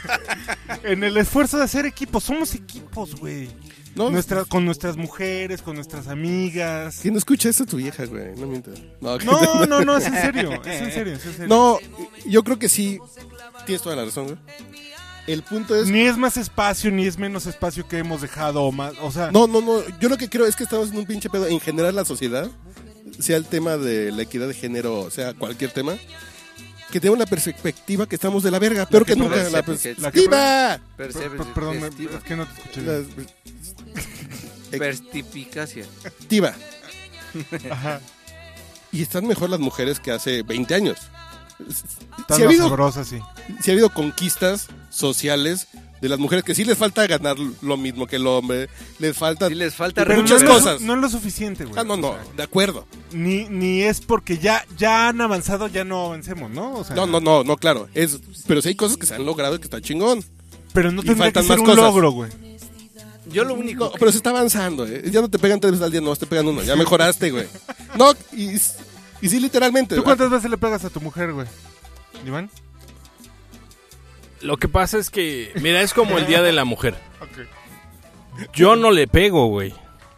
en el esfuerzo de hacer equipos. Somos equipos, güey. No, Nuestra, con nuestras mujeres, con nuestras amigas. ¿Quién no escucha esto? Tu vieja, güey. No mientas. No, No, no, no, es en serio. Es en serio, es en serio. No, yo creo que sí. Tienes toda la razón, güey. El punto es... Ni es más espacio, ni es menos espacio que hemos dejado o más. O sea, No, no, no. Yo lo que creo es que estamos en un pinche pedo. En general, la sociedad, sea el tema de la equidad de género, sea cualquier tema, que tenga una perspectiva que estamos de la verga. Peor que que nunca. percebe- La que- perspectiva. per- Percebe- per- perdón, me- estiva. es que no te escuché La bien. Perspicacia. perspectiva. Ajá. Y están mejor las mujeres que hace veinte años. Están Si ha más habido, sabrosas, sí. si ha habido conquistas sociales de las mujeres que sí les falta ganar lo mismo que el hombre, les falta... Sí les falta Pero Pero muchas no es lo cosas. su- no es lo suficiente, güey. Ah, no, no, O sea, de acuerdo. ni, ni es porque ya, ya han avanzado, ya no avancemos, ¿no? O sea, No, no, no, no, claro. Es, pero sí hay cosas que se han logrado y que están chingón. Pero no y tendría que faltan ser más un cosas. logro, güey. Yo lo único No, pero se está avanzando, ¿eh? Ya no te pegan tres veces al día, no, te pegan uno. Ya mejoraste, güey. No, y, y sí, literalmente. ¿Tú ¿verdad? cuántas veces le pegas a tu mujer, güey? ¿Iván? Lo que pasa es que, mira, es como el Día de la Mujer. Yo no le pego, güey.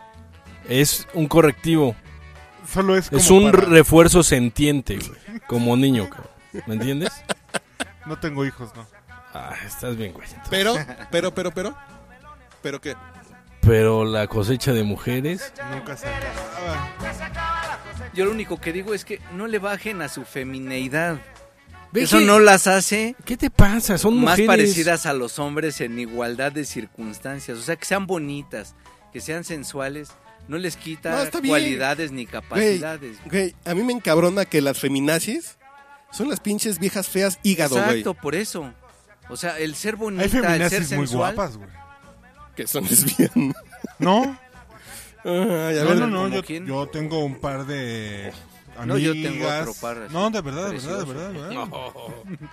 Es un correctivo. Solo es como Es un para- refuerzo sentiente, güey. Como niño, cabrón. ¿Me entiendes? No tengo hijos, no. Ah, estás bien, güey. Pero, pero, pero, pero. ¿Pero qué? Pero la cosecha de mujeres... Nunca se acaba. Yo lo único que digo es que no le bajen a su femineidad. Ve Eso que- no las hace ¿Qué te pasa? Son más mujeres... parecidas a los hombres en igualdad de circunstancias. O sea, que sean bonitas, que sean sensuales, no les quita No, está bien. cualidades ni capacidades. Güey, a mí me encabrona que las feminazis son las pinches viejas feas hígado, güey. Exacto, por eso. O sea, el ser bonita, Hay el ser feminazis muy sensual. guapas, güey. Que son lesbianas. ¿No? Ay, a No, ver, no, no. ¿cómo Yo, quién? yo tengo un par de amigas. No, yo tengo otro par así, No, de verdad, de verdad, de precioso. verdad, de verdad. No.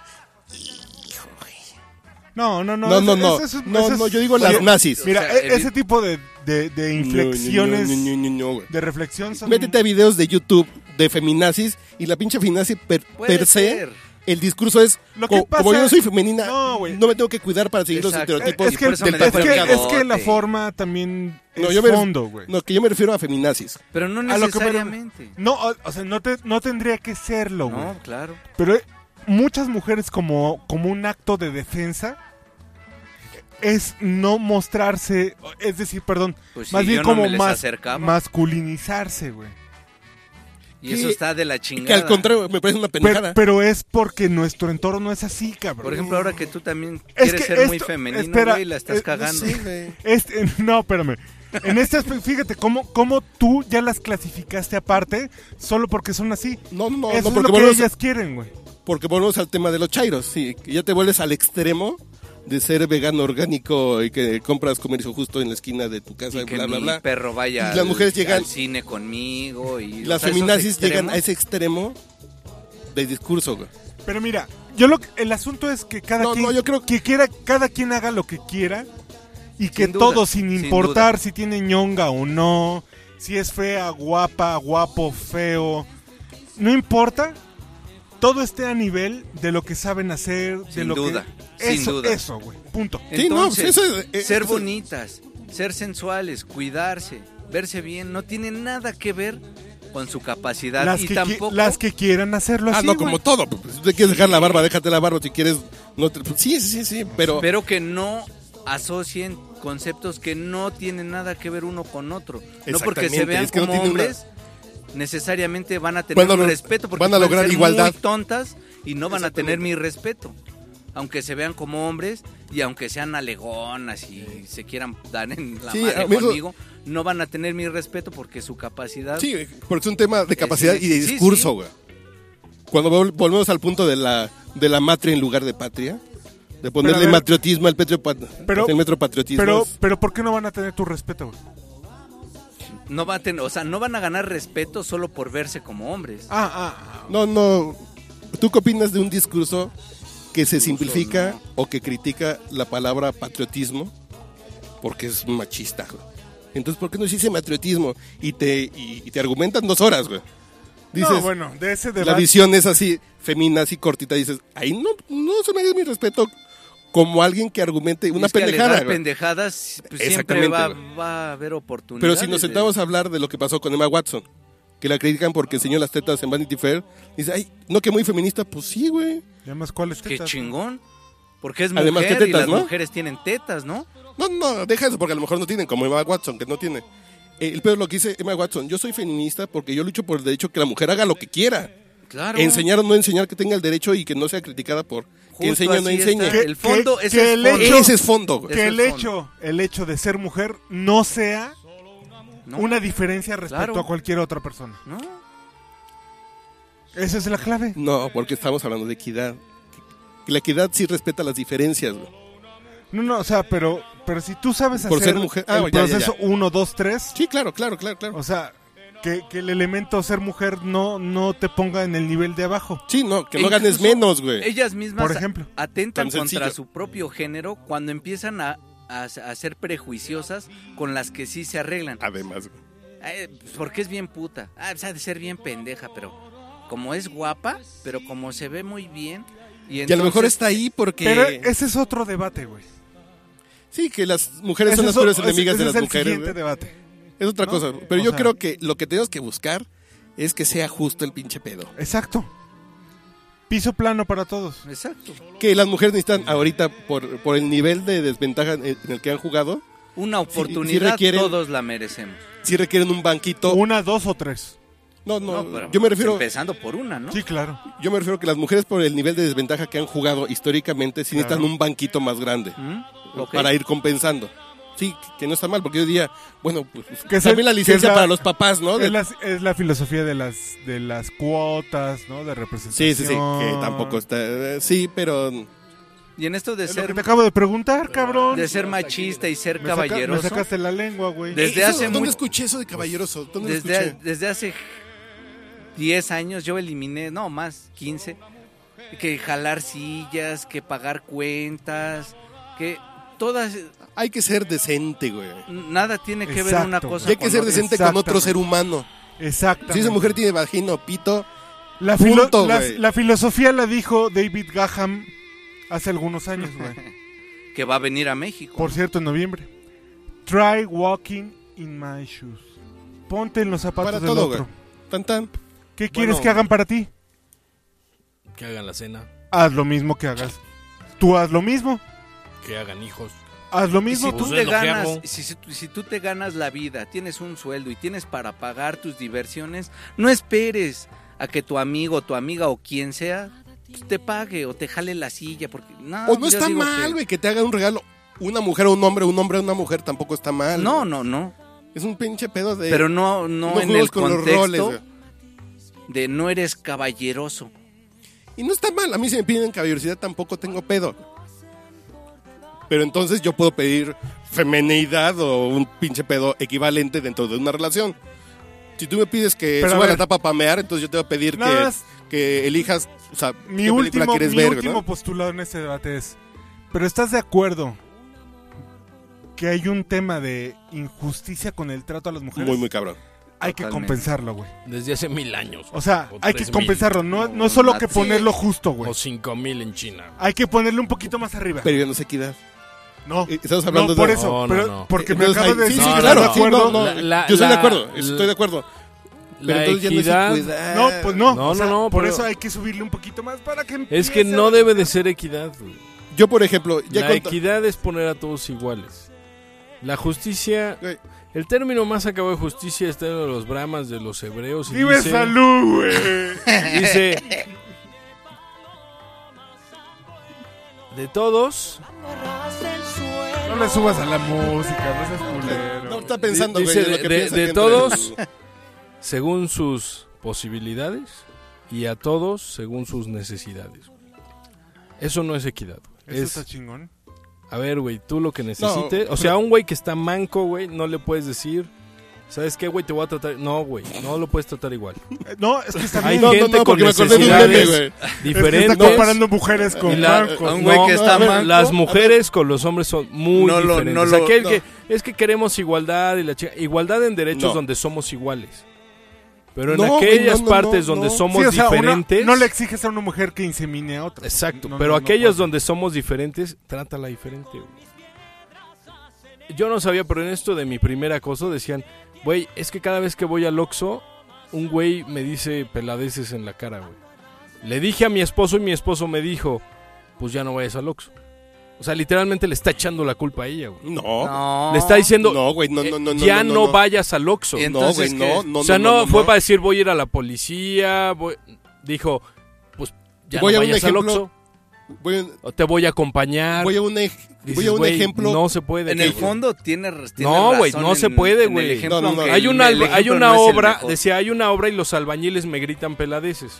No, no, no. No, no, ese- no. ese es- No, ese es- no, yo digo Oye, las nazis. Mira, O sea, e- el- ese tipo de, de, de inflexiones, No, no, no, no, no, güey. de reflexión son... Métete a videos de YouTube de feminazis y la pinche feminazi per, Puede per se, ser. el discurso es, Lo que co- pasa- como yo no soy femenina, No, no, güey. me tengo que cuidar para seguir Exacto. los estereotipos Es que, por eso del me da es, que, patriarcado. es que la Bote. forma también No, es yo me, fondo, güey. no, que yo me refiero a feminazis. Pero no A lo que me- necesariamente. No, o, o sea, no, te, no tendría que serlo, güey. No, claro. Pero eh, muchas mujeres como, como un acto de defensa es no mostrarse, es decir, perdón, Pues más sí, bien yo no como me les mas- acercaba. masculinizarse, güey. Y eso que- está de la Y chingada. que al contrario me parece una Pero, pendejada. pero es porque nuestro entorno no es así, cabrón. Por ejemplo, ahora que tú también Es quieres que ser muy esto- femenino, espera, güey, la estás eh, cagando. Sí, güey. Este, no, espérame. En este aspecto, fíjate, cómo, cómo tú ya las clasificaste aparte solo porque son así. No, no, Eso no, es porque lo que volvemos, ellas quieren, güey. porque volvemos al tema de los chairos. Sí, que ya te vuelves al extremo de ser vegano orgánico y que compras comercio justo en la esquina de tu casa, Y que bla, bla, mi bla. perro vaya Y las mujeres al, llegan- al cine conmigo. Y, Las o sea, esos feminazis llegan extremos. a ese extremo de discurso, güey. Pero mira, yo lo que- el asunto es que cada No, quien no, yo creo- que quiera, cada quien haga lo que quiera y que Sin duda, todo, sin sin importar si tiene ñonga o no, si es fea, guapa, guapo, feo, no importa, todo esté a nivel de lo que saben hacer, de Sin lo duda, que sin eso, duda. eso, güey, punto. Sí, no, Entonces, pues eso es- eh, ser eso- bonitas, ser sensuales, cuidarse, verse bien, no tiene nada que ver con su capacidad Las y que, qui- tampoco las que quieran hacerlo Ah, así, no, güey. como todo. Pues, si te quieres dejar la barba, déjate la barba. Si quieres, no te- pues, sí, sí, sí, pero... pero que no asocien conceptos que no tienen nada que ver uno con otro. No porque se Exactamente, vean es que no como tiene una- hombres, necesariamente van a tener Van a un lo- respeto porque van a pueden lograr ser igualdad. muy tontas y no van a tener Exactamente. mi respeto. Aunque se vean como hombres y aunque sean alegonas y se quieran dar en la Sí, madre a mí eso- conmigo, no van a tener mi respeto porque su capacidad... Sí, porque es un tema de capacidad sí, y de sí, discurso, sí. güey. Cuando vol- volvemos al punto de la, de la matria en lugar de patria, de ponerle ver, matriotismo al petro, pero- el metropatriotismo. Pero, es- pero ¿por qué no van a tener tu respeto, güey? No va a tener, o sea, no van a ganar respeto solo por verse como hombres. Ah, ah, ah. No, no. ¿Tú qué opinas de un discurso que se Discurso, simplifica no. o que critica la palabra patriotismo porque es machista, güey? Entonces, ¿por qué no se dice matriotismo? Y te, y, y te argumentan dos horas, güey. Dices, No, bueno, de ese la debate. visión es así, femina, así cortita, dices, ahí no, no se merece mi respeto. como alguien que argumente una es que pendejada. alegar güey. pendejadas, pues, siempre Exactamente, va, güey. va a haber oportunidades. Pero si nos de- sentamos a hablar de lo que pasó con Emma Watson, que la critican porque enseñó las tetas en Vanity Fair, dice, ay, no que muy feminista, pues sí, güey. Y además, ¿cuáles Qué tetas? chingón. Porque es mujer Además, ¿qué y tetas, las no? mujeres tienen tetas, ¿no? No, no, deja eso, porque a lo mejor no tienen, como Emma Watson, que no tiene. Eh, el peor lo que dice Emma Watson, yo soy feminista porque yo lucho por el derecho que la mujer haga lo que quiera. Claro. Enseñar o no enseñar, que tenga el derecho y que no sea criticada por que Justo enseñe o no así enseñe. está. El fondo, que- ese que es el fondo. hecho- Ese es fondo, güey. Es Que el el fondo. hecho, el hecho de ser mujer no sea ¿No? una diferencia respecto Claro. a cualquier otra persona. ¿No? Esa es la clave. No, porque estamos hablando de equidad. Que la equidad sí respeta las diferencias, güey. No, no, o sea, pero, pero si tú sabes Por hacer ser mujer. Ah, el ya, ya, proceso ya. uno, dos, tres, Sí, claro, claro, claro, claro. o sea, que, que el elemento ser mujer no, no te ponga en el nivel de abajo. Sí, no, que E no ganes incluso menos, güey. Ellas mismas Por ejemplo. atentan Tan contra sencillo. su propio género cuando empiezan a, a, a ser prejuiciosas con las que sí se arreglan. Además, güey. Ay, pues, porque es bien puta. Ah, pues, ha de ser bien pendeja, pero como es guapa, pero como se ve muy bien. Y, Y a lo mejor entonces- está ahí porque... Pero ese es otro debate, güey. Sí, que las mujeres Ese son las es o- peores ese- enemigas ese de es las el mujeres, siguiente güey. debate. Es otra ¿no? cosa. Pero O yo sea- creo que lo que tenemos que buscar es que sea justo el pinche pedo. Exacto. Piso plano para todos. Exacto. Que las mujeres necesitan ahorita, por, por el nivel de desventaja en en el que han jugado, Una sí oportunidad requieren- todos la merecemos. sí requieren un banquito. Una, dos o tres. No, no, No, pero yo me refiero... empezando por una, ¿no? Sí, claro. Yo me refiero que las mujeres por el nivel de desventaja que han jugado históricamente sí necesitan Claro. un banquito más grande ¿Mm? Ok. para ir compensando. Sí, que no está mal, porque yo diría, bueno, pues Que es también el- la que licencia es la- para los papás, ¿no? De- Es la, es la filosofía de las de las cuotas, ¿no? De representación. Sí, sí, sí, que tampoco está... eh, sí, pero... Y en esto de Es lo que ser te acabo de preguntar, cabrón. de ser machista y ser me, saca- me caballeroso, sacaste la lengua, güey. Desde Eso, hace ¿Dónde muy- escuché eso de caballeroso? ¿Dónde lo desde, escuché? desde hace diez años yo eliminé, no más, quince, que jalar sillas, que pagar cuentas, que todas, Hay que ser decente, güey. nada tiene que ver Exacto, una güey. cosa Y hay que con ser otra. decente con otro Exactamente. ser humano. Exacto. Si esa mujer tiene vagina o pito, la, filo- punto, la, güey. la filosofía la dijo David Gaham hace algunos años, güey. Que va a venir a México. Por cierto, en noviembre. Try walking in my shoes. Ponte en los zapatos para del todo, otro. güey. Tan tan. ¿Qué quieres Bueno. que hagan para ti? Que hagan la cena, Haz lo mismo que hagas. Tú haz lo mismo. que hagan hijos. Haz lo Y mismo. si tú Pues te es lo que ganas, hago. si, si, si tú te ganas la vida, tienes un sueldo y tienes para pagar tus diversiones, no esperes a que tu amigo, tu amiga o quien sea pues, te pague o te jale la silla, porque no, O no yo está digo mal, que- güey, que te haga un regalo. Una mujer o un hombre, un hombre o una mujer tampoco está mal. No, güey. no, no. Es un pinche pedo de... Pero no, no, no en juegues el con los contexto roles, güey. de no eres caballeroso. Y no está mal. A mí si me piden caballerosidad tampoco tengo pedo. Pero entonces yo puedo pedir femenidad o un pinche pedo equivalente dentro de una relación. Si tú me pides que Pero a suba la ver. tapa para mear, entonces yo te voy a pedir Nada que, más. que elijas, o sea, Mi qué película último, quieres mi ver, último ¿no? postulado en este debate es, ¿pero estás de acuerdo que hay un tema de injusticia con el trato a las mujeres? Muy, muy cabrón. Hay que Totalmente. compensarlo, güey. Desde hace mil años. O sea, O hay que tres compensarlo. mil. No, no es solo que Sí. ponerlo justo, güey. O cinco mil en China. Hay que ponerle un poquito más arriba. Pero ya no sé equidad. No, Eh, Estamos hablando no, por de... eso. No, no, pero, no. Porque me Entonces, acabas de ahí- sí, decir sí, que claro, estás sí, de acuerdo. no, no. La- la- yo estoy la- de acuerdo, la- estoy de acuerdo. Pero La entonces equidad... ya no es equidad. No, pues no. No, O sea, no, no, por pero- eso hay que subirle un poquito más para que Es que empiece no a- debe de ser equidad, güey. Yo, por ejemplo, ya La conta- equidad es poner a todos iguales. La justicia... Güey, El término más acabado de justicia está en los Brahmas de los hebreos. Y Dime dice, salud, güey. dice... De todos... No le subas a la música, no seas culero. no está pensando, güey, dice en lo de, que de- piensa de gente. todos según sus posibilidades y a todos según sus necesidades. Eso no es equidad. Eso Es, está chingón. a ver, güey, tú lo que necesites. pero- o sea, a un güey que está manco, güey, no le puedes decir, ¿sabes qué, güey? Te voy a tratar. No, güey, no lo puedes tratar igual. Eh, No, es que está Hay bien. No, no, gente no, con porque me acordé de un meme, necesidades güey. Es que diferentes. está comparando mujeres con Y la- mancos. a un güey No, que no, está a ver, manco. Las mujeres con los hombres son muy No lo- diferentes. no lo- Aquel no. que es que queremos igualdad y la chica, igualdad en derechos No. donde somos iguales. Pero en No, güey, aquellas no, no, partes no, donde no. somos Sí, o sea, una- diferentes... no le exiges a una mujer que insemine a otra. Exacto, No, pero no, no aquellos pasa. donde somos diferentes, trátala diferente, güey. Yo no sabía, pero en esto de mi primer acoso decían, güey, es que cada vez que voy al Oxxo, un güey me dice peladeces en la cara, güey. Le dije a mi esposo y mi esposo me dijo, pues ya no vayas al Oxxo. O sea, literalmente le está echando la culpa a ella, güey. No. No. Le está diciendo, No, güey, no, no, no, eh, no, ya no, no, no. vayas al Oxxo. Y No, entonces, güey, no, ¿qué? no, o sea, no, no, no, fue no. para decir voy a ir a la policía, voy- dijo, pues ya Voy no a un vayas al ejemplo. Oxxo, Voy a, o te voy a acompañar. voy a un, ej- Dices, voy a un güey, ejemplo. No se puede. En el cabrón. fondo tiene, tiene No, güey, razón no se en- puede, en el güey. ejemplo, No, no, no. aunque Hay el- una, el hay ejemplo una no es el obra, mejor. decía, hay una obra y los albañiles me gritan peladeces.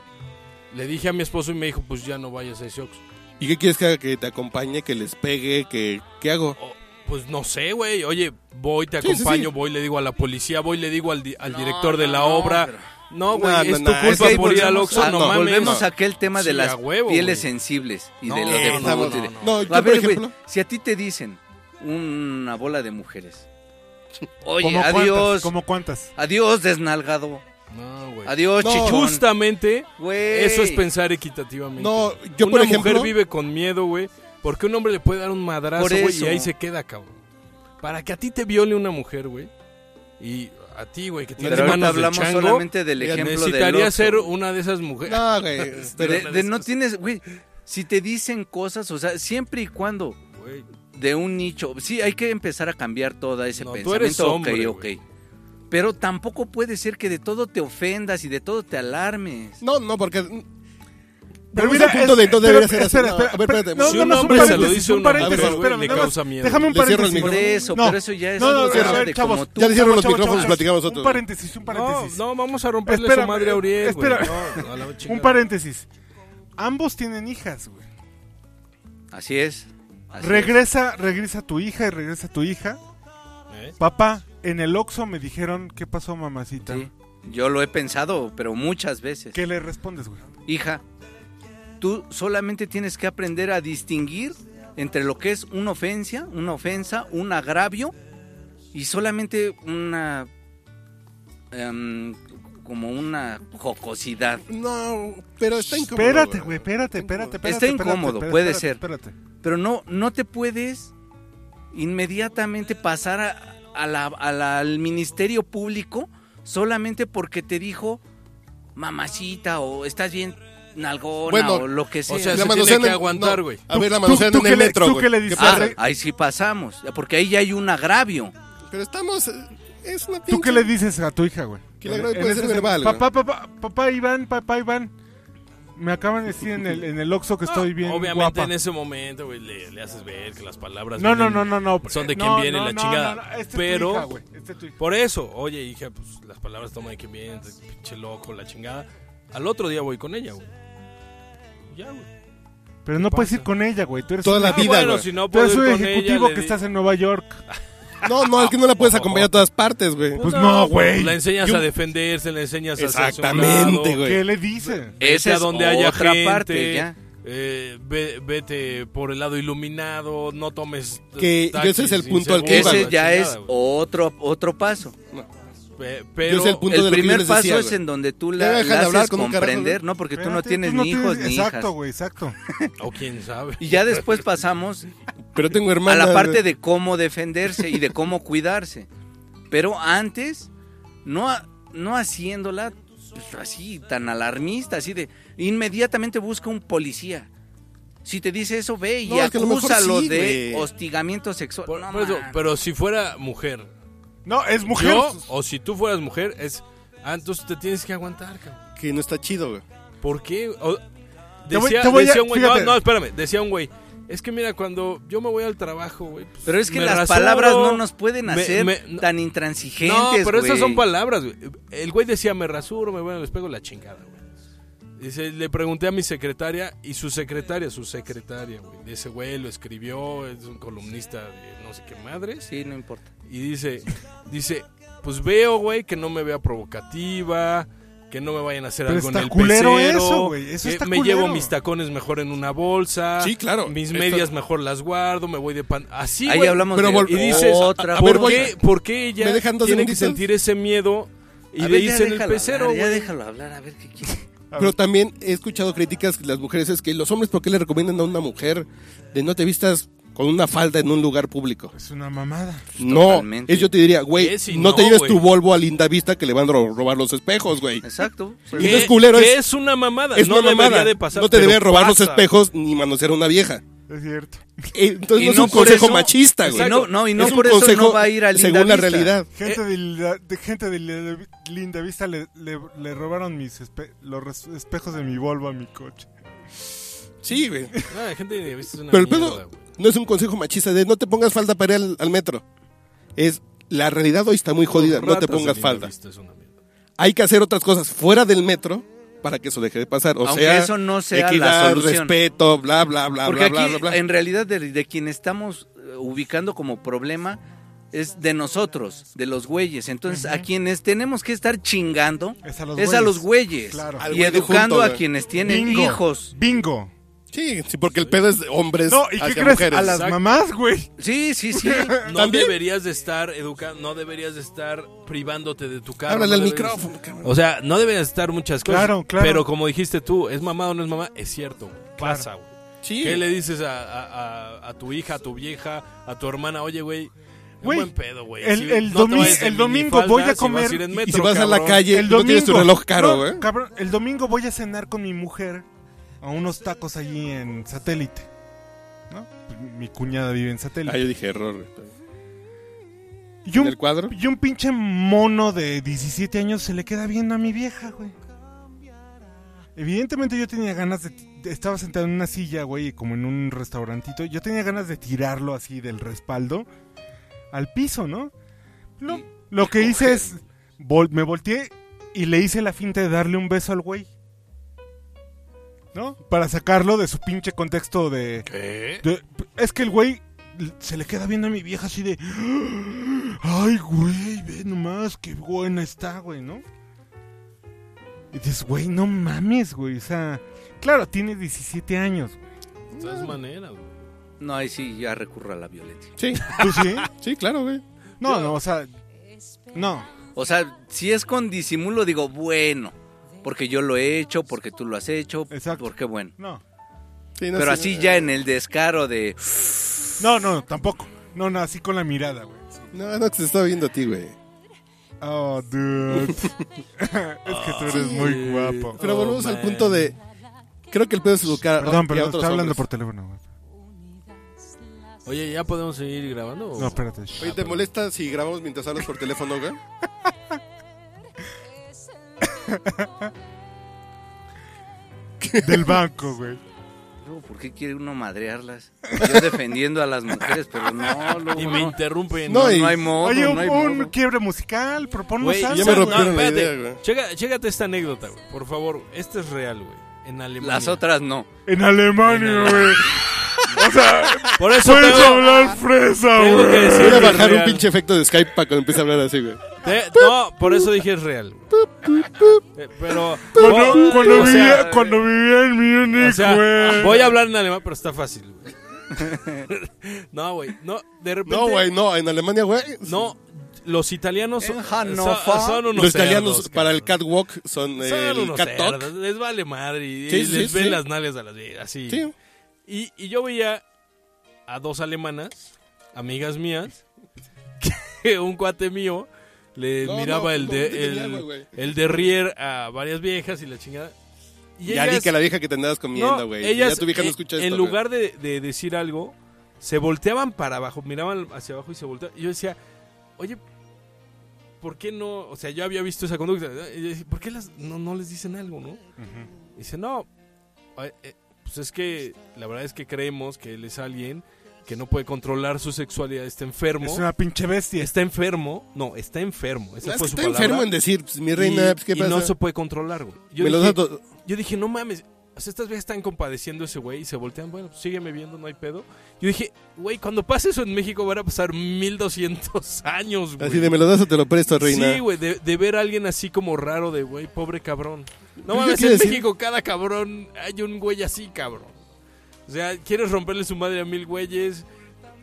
Le dije a mi esposo y me dijo, pues ya no vayas a ese Oxxo. ¿Y qué quieres que haga? ¿Que te acompañe? ¿Que les pegue? ¿Que, ¿Qué hago? Oh, pues no sé, güey. Oye, voy, te Sí, sí, acompaño, sí. voy, le digo a la policía, voy, le digo al, di- al No, director de no, la no, obra. pero- No, güey, No, es no, tu no, es culpa que ahí por ir al volvemos Oxxo, a- no no, mames. Volvemos a aquel tema de Sí, las a huevo, pieles güey. sensibles y No, de lo no, de no, Estamos- no, no. No, yo, A por ver, güey, ejemplo. si a ti te dicen una bola de mujeres, oye, ¿Cómo adiós, cuántas? ¿Cómo cuántas? adiós desnalgado, No, güey. adiós No. chichón, Justamente, güey. eso es pensar equitativamente. No, yo Una por ejemplo. mujer vive con miedo, güey, porque un hombre le puede dar un madrazo, Por güey, y eso. ahí se queda, cabrón. Para que a ti te viole una mujer, güey, y a ti, güey, que tienes Pero ahorita manos de hablamos chango, solamente del Mira, ejemplo del necesitaría Oxxo. ser una de esas mujeres. No, güey. pero- de, de no tienes, güey, si te dicen cosas, o sea, siempre y cuando Güey, de un nicho, sí, hay que empezar a cambiar todo ese No, tú pensamiento, eres hombre, ok, güey. ok. Pero tampoco puede ser que de todo te ofendas y de todo te alarmes. No, no, porque. Pero Pero mira, mira, punto es- de no espera, debería ser así. espera, No, espera, a ver, espérate. no, si no, un no, un hombre se lo paréntesis, dice a un una paréntesis, mujer, güey, espérame, le nada más. causa miedo. Déjame un Le cierro el paréntesis. Por micrófono. eso, No. por eso ya es No, no, algo no, a de ver, chavos, como tú. Ya le cierro los Chavos, micrófonos, chavos, platicamos Un otro. paréntesis, un No, paréntesis. no, vamos a romperle Espera, su madre a Uriel, güey. espera. No, a la Un chingada. paréntesis. Ambos tienen hijas, güey. Así es. así Regresa, regresa tu hija y regresa tu hija. ¿Eh? Papá, en el Oxxo me dijeron, ¿qué pasó, mamacita? es. Sí. Yo lo he pensado, pero muchas veces. ¿Qué le respondes, güey? Hija, tú solamente tienes que aprender a distinguir entre lo que es una ofensa, una ofensa, un agravio y solamente una em, como una jocosidad. No, pero está incómodo. Espérate, güey, espérate, espérate, espérate. Está espérate, incómodo, espérate, puede espérate, ser. Espérate. Pero no, no te puedes inmediatamente pasar a, a la, a la- al Ministerio Público solamente porque te dijo mamacita o estás bien nalgona Bueno, o lo que sea. o sea, La se manosean tiene que en- aguantar, no, güey. A ver, la Tú- manosean tú en qué el le- metro, tú güey. qué le ¿Qué dices? Ah, pasa? ahí sí pasamos, porque ahí ya hay un agravio. Pero estamos. eh, Es una ¿Tú pinche- qué le dices a tu hija, güey? Que el agravio En puede ese ser sen- verbal, güey. Papá, papá, papá Iván, papá Iván. Me acaban de decir en el, en el Oxxo que estoy bien Obviamente guapa. en ese momento, güey, le, le haces ver que las palabras No, no, vienen- no, no, no. son de No, quien viene no, la no, chingada. no, no, esta es tu Pero hija, güey, esta es tu hija. por eso, oye, hija, pues las palabras toman de quien viene, pinche loco, la chingada. Al otro día voy con ella, güey. Ya, güey. Pero no ¿Qué puedes pasa? ir con ella, güey. Tú eres Toda un- la Ah, vida, bueno, güey. si no Tú puedo eres ir un con ejecutivo ella, que le di- estás en Nueva York. No, no, es que no la puedes acompañar a todas partes, güey. Pues no, güey. La enseñas Yo- a defenderse, le enseñas a hacerse a un Exactamente, lado, güey. ¿Qué le dice? vete Esa a es donde haya otra gente, parte, ya. eh, ve- vete por el lado iluminado, no tomes Que- taxis ese es el punto al que inseguros, iba, Ese la ya chingada, es güey. otro otro paso. Pe- Yo Pero sé el punto El de lo que yo primer les paso decía, es güey. en donde tú Ya la, dejan la de hablar haces con un carajo, comprender, güey. no, porque tú no Espérate, tienes no ni hijos tienes- ni Exacto, hijas. güey, exacto. o quién sabe. Y ya después pasamos Pero tengo a hermanas. la parte güey. de cómo defenderse y de cómo cuidarse. Pero antes, no, ha- no haciéndola pues, así, tan alarmista, así de inmediatamente busca un policía. Si te dice eso, ve y No, es que a lo mejor acúsalo sí, de güey. hostigamiento sexual. Por- No, por eso, man. pero si fuera mujer, No, es mujer. yo o si tú fueras mujer, es. Ah, entonces te tienes que aguantar, cabrón. Que no está chido, güey. ¿Por qué? O- Te voy- decía, te voy a- decía un güey, no, fíjate. no, espérame, decía un güey. Es que mira, cuando yo me voy al trabajo, güey. pues, Pero es que me las rasuro, palabras no nos pueden me- hacer me- no- tan intransigentes, No, pero esas güey. son palabras, güey. El güey decía, me rasuro, me voy al espejo, la chingada, güey. Dice, le pregunté a mi secretaria y su secretaria, su secretaria, güey. De ese güey lo escribió, es un columnista de no sé qué madres. Sí, no importa. Y dice, dice, pues veo, güey, que no me vea provocativa, que no me vayan a hacer Pero algo en está el culero pecero, eso, güey, eso que está me culero. llevo mis tacones mejor en una bolsa. Sí, claro. Mis Esto- medias mejor las guardo, me voy de pan. Así, Ahí güey. hablamos pero de vol- Y dices, otra a ver, ¿por voy- qué, ¿por qué ella ¿Me dejan dos tiene que segunditos? sentir ese miedo Y A le ver, ya hice en el déjalo pecero, hablar, Ya güey. déjalo hablar, a ver qué quiere. Pero también he escuchado críticas que las mujeres es que los hombres, ¿por qué le recomiendan a una mujer de no te vistas con una falda en un lugar público? Es una mamada. No, Totalmente. es yo te diría, güey, ¿Qué si no, no, te lleves güey? tu Volvo a Linda Vista que le van a ro- robar los espejos, güey. Exacto. ¿Qué? ¿Qué, es culero, qué es- es una mamada? Es no una debería mamada. de pasar, no te pero deben robar los pasa. espejos ni manosear a una vieja. Es cierto. Eh, Entonces Y no es no un por consejo eso- machista, güey. Y no, no, y no Es un por eso consejo no va a ir a Linda según la Vista. realidad. Gente de, la- de gente de la- Linda Vista le, le, le robaron mis espe- los res- espejos de mi Volvo a mi coche. Sí, güey. Ah, gente de es una Pero el mierda, pedo güey. no es un consejo machista de no te pongas falda para ir al, al metro. Es la realidad hoy está muy jodida, no te Ratas de pongas Linda falda. Vista es una mierda. Hay que hacer otras cosas fuera del metro para que eso deje de pasar. O Aunque sea, eso no sea la equidad, solución. respeto, bla, bla, bla, Porque bla, aquí, bla, bla, bla. en realidad, de, de quien estamos eh, ubicando como problema es de nosotros, de los güeyes. Entonces, a quienes tenemos que estar chingando Es a los es a güeyes. los güeyes. Claro. Al Y güey de educando junto, a güey. quienes tienen Bingo. hijos. Bingo. Sí, sí, porque el pedo es de hombres No, ¿y qué hacia crees? mujeres. A las Exacto. mamás, güey. Sí, sí, sí. No ¿También? deberías de estar educando, no deberías de estar privándote de tu carro. Háblale no al deberías- micrófono, cabrón. O sea, no deberías de estar muchas cosas. Claro, claro. Pero como dijiste tú, ¿es mamá o no es mamá? Es cierto, güey. Pasa, güey. Sí. ¿Qué le dices a, a- a- a tu hija, a tu vieja, a tu hermana? Oye, güey, un Güey, buen pedo, güey. el- Si el no te domi- vayas en el domingo minifalda, voy a si vas comer ir en y- y Y si metro, vas a la cabrón. calle, El no tienes tu domingo. reloj caro, No, güey. cabrón, el domingo voy a cenar con mi mujer a unos tacos allí en Satélite. ¿No? Pues, mi cuñada vive en Satélite. Ah, yo dije error, güey. y, ¿En un, el cuadro? y un pinche mono de diecisiete años se le queda viendo a mi vieja, güey. Evidentemente yo tenía ganas de... de- Estaba sentado en una silla, güey, como en un restaurantito. Yo tenía ganas de tirarlo así del respaldo al piso, ¿no? Lo, lo que hice es... vol- me volteé y le hice la finta de darle un beso al güey. ¿No? Para sacarlo de su pinche contexto de... ¿Qué? de- es que el güey se le queda viendo a mi vieja así de... Ay, güey, ve nomás, qué buena está, güey, ¿no? Y dices, güey, no mames, güey. O sea, claro, tiene diecisiete años, güey. De todas maneras, güey. No, ahí sí ya recurro a la violencia. Sí, ¿Tú sí? sí, claro, güey. No, no, o sea... No. O sea, si es con disimulo, digo, bueno, porque yo lo he hecho, porque tú lo has hecho, Exacto. porque bueno. No. Sí, no, Pero sí, así no. ya en el descaro de... No, no, tampoco. No, no, así con la mirada, güey. No, no, te estaba viendo a ti, güey. Oh, dude. Es que tú eres muy guapo. Pero Oh, volvemos al man. punto de... Creo que el pedo es educar Perdón, a perdón, otros está hablando hombres. por teléfono, güey. Oye, ¿ya podemos seguir grabando? o- No, espérate. Oye, ¿te molesta si grabamos mientras hablas por teléfono, güey? Del banco, güey. Luego, ¿por qué quiere uno madrearlas? Yo defendiendo a las mujeres, pero no, luego Y me no. interrumpen. No, No, y- no hay modo, Oye, un, no hay un modo. quiebre musical, proponnos Güey, algo. ya me no, rompieron la espérate. idea, güey. Checa- chécate esta anécdota, güey. Por favor, esta es real, güey. En Alemania. Las otras no. En Alemania, güey. O sea, Por eso puedes tengo, hablar fresa, tengo que güey. decir Voy a que es bajar un real. pinche efecto de Skype para cuando empiece a hablar así, güey. Te- no, por eso dije es real. güey. Eh, Pero Cuando, oh, cuando, o vivía, sea, cuando vivía en Múnich, o sea, güey. voy a hablar en alemán, pero está fácil, güey. No, güey, no, de repente No, güey, no, en Alemania, güey. No, los italianos son, En son, Hannover. son unos Los italianos cerdos, para el cabrón. catwalk son eh, Son el unos cat talk. cerdos, les vale madre y, Sí, y sí, les ven sí. las nalgas a las así. Sí. Y, y yo veía a dos alemanas, amigas mías, que un cuate mío le No, miraba no, el no, de no tenía, el, güey, güey. el derrier a varias viejas y la chingada. Y Ya di ellas- que la vieja que te andabas no, comiendo, güey. ellas, Ya tu vieja no eh, escucha en esto, lugar de, de decir algo, se volteaban para abajo, miraban hacia abajo y se volteaban. Y yo decía, oye, ¿por qué no? O sea, yo había visto esa conducta. Y yo decía, ¿por qué las, no, no les dicen algo, no? Y dice, no, eh, eh, pues es que la verdad es que creemos que él es alguien que no puede controlar su sexualidad, está enfermo. Es una pinche bestia. Está enfermo, no, está enfermo. Esa güey. Es fue que su está palabra. enfermo en decir, pues, mi Y- reina, pues, ¿qué y pasa? no se puede controlar, güey. Yo Me lo dije, das todo. yo dije, no mames, o sea, estas viejas están compadeciendo a ese güey y se voltean, bueno, pues sígueme viendo, no hay pedo. Yo dije, güey, cuando pase eso en México van a pasar mil doscientos años, güey. Así de me lo das o te lo presto, reina. Sí, güey, de, de ver a alguien así como raro de, güey, pobre cabrón. No ¿Qué mames, quiere en decir? México cada cabrón hay un güey así, cabrón. O sea, quieres romperle su madre a mil güeyes.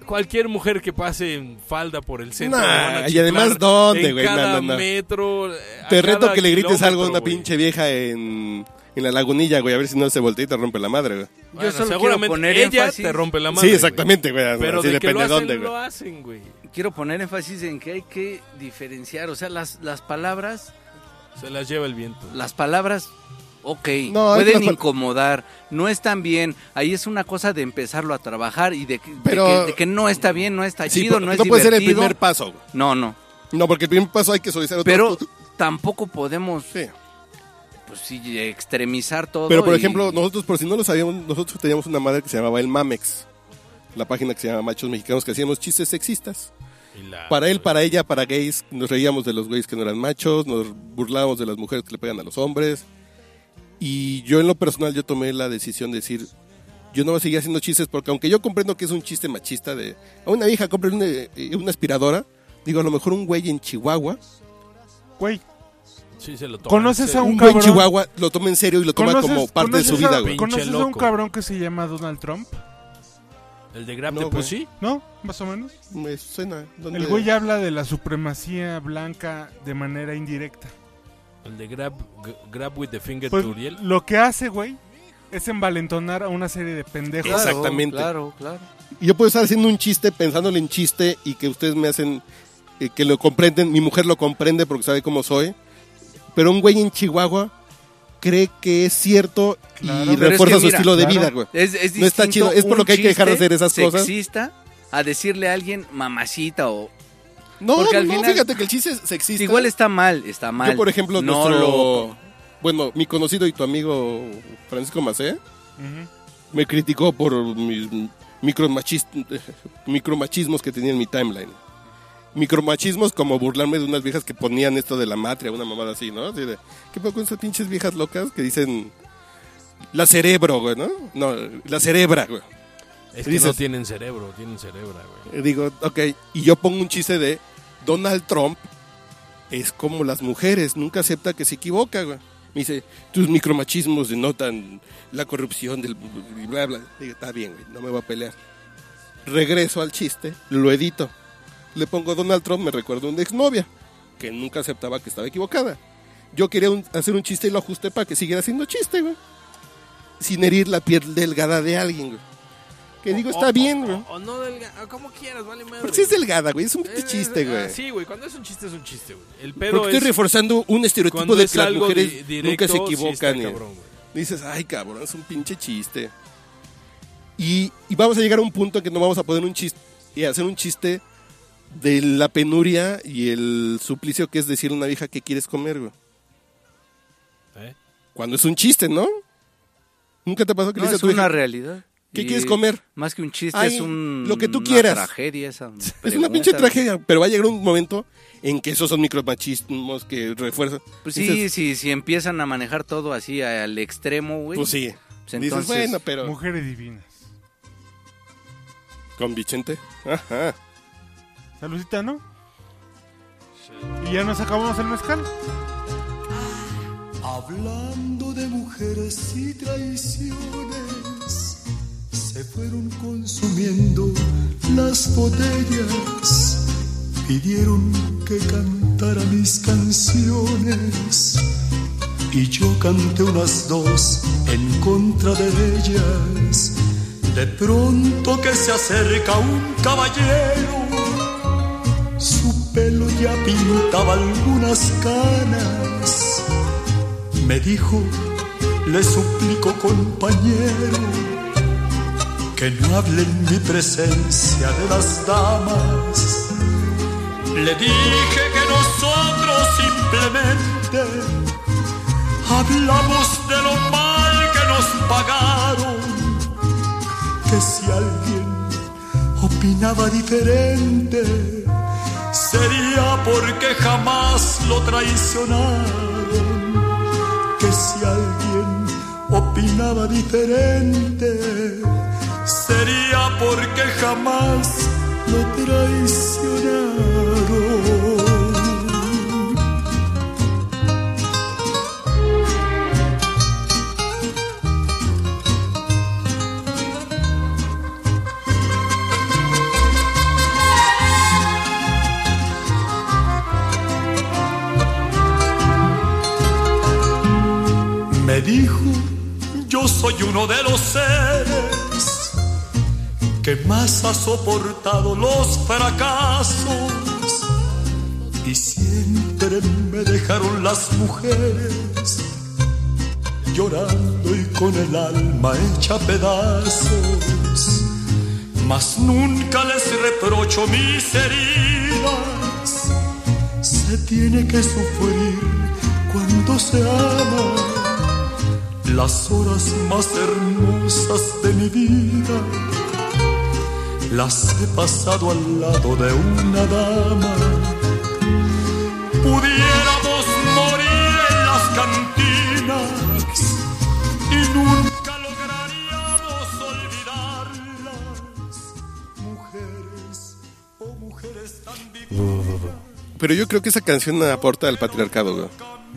cualquier mujer que pase en falda por el centro. Nah, le van a y chiflar además, ¿dónde, güey? En No, cada no, no. metro. Te a reto cada que le grites algo a una güey. pinche vieja en, en la lagunilla, güey, a ver si no se voltea y te rompe la madre, güey. Bueno, Yo solo seguramente quiero poner ella énfasis. te rompe la madre. Sí, exactamente, güey. güey. Pero Así de que depende lo de hacen, dónde, güey. lo hacen, güey. Quiero poner énfasis en que hay que diferenciar, o sea, las, las palabras, Se las lleva el viento. las palabras, ok, No, es pueden las pal- incomodar, no están bien, ahí es una cosa de empezarlo a trabajar y de que, de Pero- que, de que no está bien, no está Sí, chido, porque no es no puede ser el divertido. primer paso, güey. No, no, No, porque el primer paso hay que suavizar otro. pero tampoco podemos, Sí. pues sí, extremizar todo. Pero, por y- ejemplo, nosotros, por si no lo sabíamos, nosotros teníamos una madre que se llamaba El Mamex. La página que se llama Machos Mexicanos, que hacíamos chistes sexistas. Y la- Para él, para ella, para gays, nos reíamos de los güeyes que no eran machos, nos burlábamos de las mujeres que le pegan a los hombres. Y yo en lo personal, yo tomé la decisión de decir, yo no voy a seguir haciendo chistes, porque aunque yo comprendo que es un chiste machista de, a una vieja compre una, eh, una aspiradora, digo, a lo mejor un güey en Chihuahua, Güey, Sí, se lo toma ¿conoces en serio. a un un güey en cabrón? Chihuahua lo toma en serio y lo toma ¿Conoces- como parte de su conoces a- vida, güey. ¿Conoces Pinche a un loco. cabrón que se llama Donald Trump? El de Grab No, de güey. Pussy. ¿No? Más o menos. Me suena. ¿dónde? El güey habla de la supremacía blanca de manera indirecta. El de Grab, g- grab with the finger Pues to Uriel. lo que hace, güey, es envalentonar a una serie de pendejos. Claro, Exactamente. Claro, claro. Y yo puedo estar haciendo un chiste, pensándole en chiste y que ustedes me hacen, eh, que lo comprenden, mi mujer lo comprende porque sabe cómo soy, pero un güey en Chihuahua cree que es cierto Claro. y Pero es refuerza que su mira, estilo de claro. vida, güey. Es, es No está distinto chido, es por lo un que hay que dejar de chiste hacer esas cosas. sexista a decirle a alguien mamacita o... No, Porque no, al no, final- fíjate que el chiste es sexista. Igual está mal, está mal. Yo, por ejemplo, no nuestro, lo... bueno, mi conocido y tu amigo Francisco Macé Ujú. me criticó por mis micromachis- micromachismos que tenía en mi timeline. Micromachismos como burlarme de unas viejas que ponían esto de la matria, una mamada así, ¿no? Así de, ¿qué pasa con esas pinches viejas locas que dicen la cerebro, güey, ¿no? No, la cerebra, güey. Es que dices- no tienen cerebro, tienen cerebra, güey. Eh, Digo, ok, y yo pongo un chiste de Donald Trump es como las mujeres, nunca acepta que se equivoca, güey. Me dice, tus micromachismos denotan la corrupción del y bla, bla. Digo, está bien, güey, no me voy a pelear. Regreso al chiste, lo edito. Le pongo Donald Trump, me recuerdo a una exnovia, que nunca aceptaba que estaba equivocada. Yo quería un- hacer un chiste y lo ajusté para que siguiera haciendo chiste, güey. Sin herir la piel delgada de alguien, güey. Que digo, está O- bien, o- güey. O, o no delgada, como quieras, vale madre. Porque sí es güey. delgada, güey, es un pinche Es- chiste, es- güey. ah, sí, güey, cuando es un chiste es un chiste, güey. El pedo Porque estoy es reforzando un estereotipo cuando de es que las algo mujeres di- directo, nunca se sí equivocan. está y cabrón, güey. dices, ay, cabrón, es un pinche chiste. Y, y vamos a llegar a un punto en que no vamos a poner un chiste y hacer un chiste de la penuria y el suplicio que es decirle a una vieja que quieres comer, güey. ¿Eh? Cuando es un chiste, ¿no? ¿Nunca te pasó que No, le dices es a tu hija, una realidad. ¿qué Y quieres comer? Más que un chiste, Ay, es un, lo que tú una quieras. tragedia esa Es una pregunta. pinche tragedia, pero va a llegar un momento en que esos son micromachismos que refuerzan. Pues sí, Dices, sí, si empiezan a manejar todo así al extremo, güey. pues sí. Pues Dices, entonces, bueno, pero... Mujeres divinas. Con Vicente. Ajá. Saludcita, ¿no? Y ya nos acabamos el mezcal. Hablando de mujeres y traiciones, se fueron consumiendo las botellas, pidieron que cantara mis canciones y yo canté unas dos en contra de ellas. De pronto que se acerca un caballero, su pelo ya pintaba algunas canas. Me dijo, le suplico compañero, que no hable en mi presencia de las damas. Le dije que nosotros simplemente hablamos de lo mal que nos pagaron, que si alguien opinaba diferente sería porque jamás lo traicionaron, que si alguien opinaba diferente sería porque jamás lo traicionaron. dijo, yo soy uno de los seres que más ha soportado los fracasos, y siempre me dejaron las mujeres llorando y con el alma hecha pedazos. Mas nunca les reprocho mis heridas. Se tiene que sufrir cuando se ama. Las horas más hermosas de mi vida las he pasado al lado de una dama. Pudiéramos morir en las cantinas y nunca lograríamos olvidarlas. Mujeres, oh mujeres tan divinas. Pero yo creo que esa canción aporta al patriarcado, güey.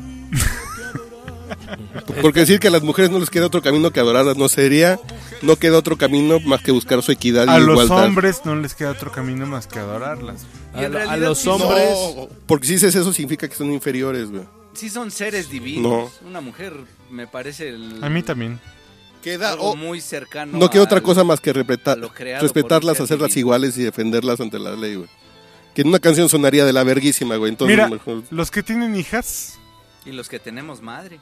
Porque decir que a las mujeres no les queda otro camino que adorarlas no sería, no queda otro camino más que buscar su equidad A y los igualdad. hombres no les queda otro camino más que adorarlas. A, Y en lo- a realidad los sí hombres... No, porque si dices eso significa que son inferiores, güey. Sí son seres divinos. Una mujer me parece el, A mí también. Queda algo o- muy cercano. no queda otra al- cosa más que respetar, a lo creado respetarlas, por un ser hacerlas divino. iguales y defenderlas ante la ley, güey. Que en una canción sonaría de la verguísima, güey. Entonces, Mira, mejor- los que tienen hijas, Y los que tenemos madre.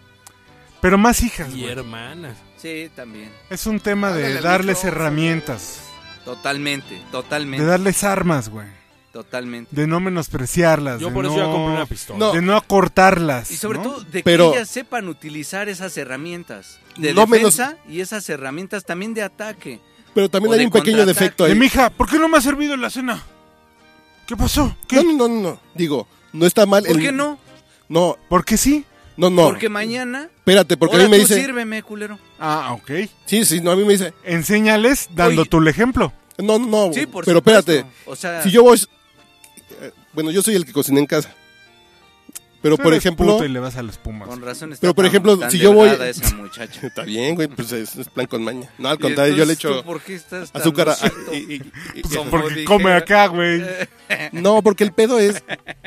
pero más hijas, Y güey. hermanas. Sí, también. Es un tema de Háblale al darles micrófono. herramientas, Totalmente, de totalmente, darles armas, güey. totalmente. De no menospreciarlas, Yo de por eso no, ya compré una pistola. No. de no acortarlas. Y sobre ¿no? todo de Pero- que ellas sepan utilizar esas herramientas de No defensa y esas herramientas también de ataque. Pero también o hay de un pequeño contraataque. defecto De ahí. mija, ¿por qué no me ha servido la cena? ¿Qué pasó? ¿Qué? No, no, no, no. Digo, no está mal. ¿Por el- qué no? No, ¿Por qué sí? no, no. Porque mañana. Espérate, porque a ahora mí me tú dice. sírveme, culero. Ah, ok. Sí, sí, no, a mí me dice. Enséñales dando Oye. tú el ejemplo. No, no, Sí, por pero supuesto. espérate. O sea, Si yo voy. eh, Bueno, yo soy el que cociné en casa. Pero Tú por eres ejemplo. puto y le vas a los Pumas. con razón está Pero, por tan- ejemplo, tan si yo voy- delgada esa muchacha. Está bien, güey, pues es, es plan con maña. No, al Y contrario, yo le entonces, echo ¿tú por qué estás tan azúcar a- osito? y- y- y- Como Porque dijera- come acá, güey. No, porque el pedo es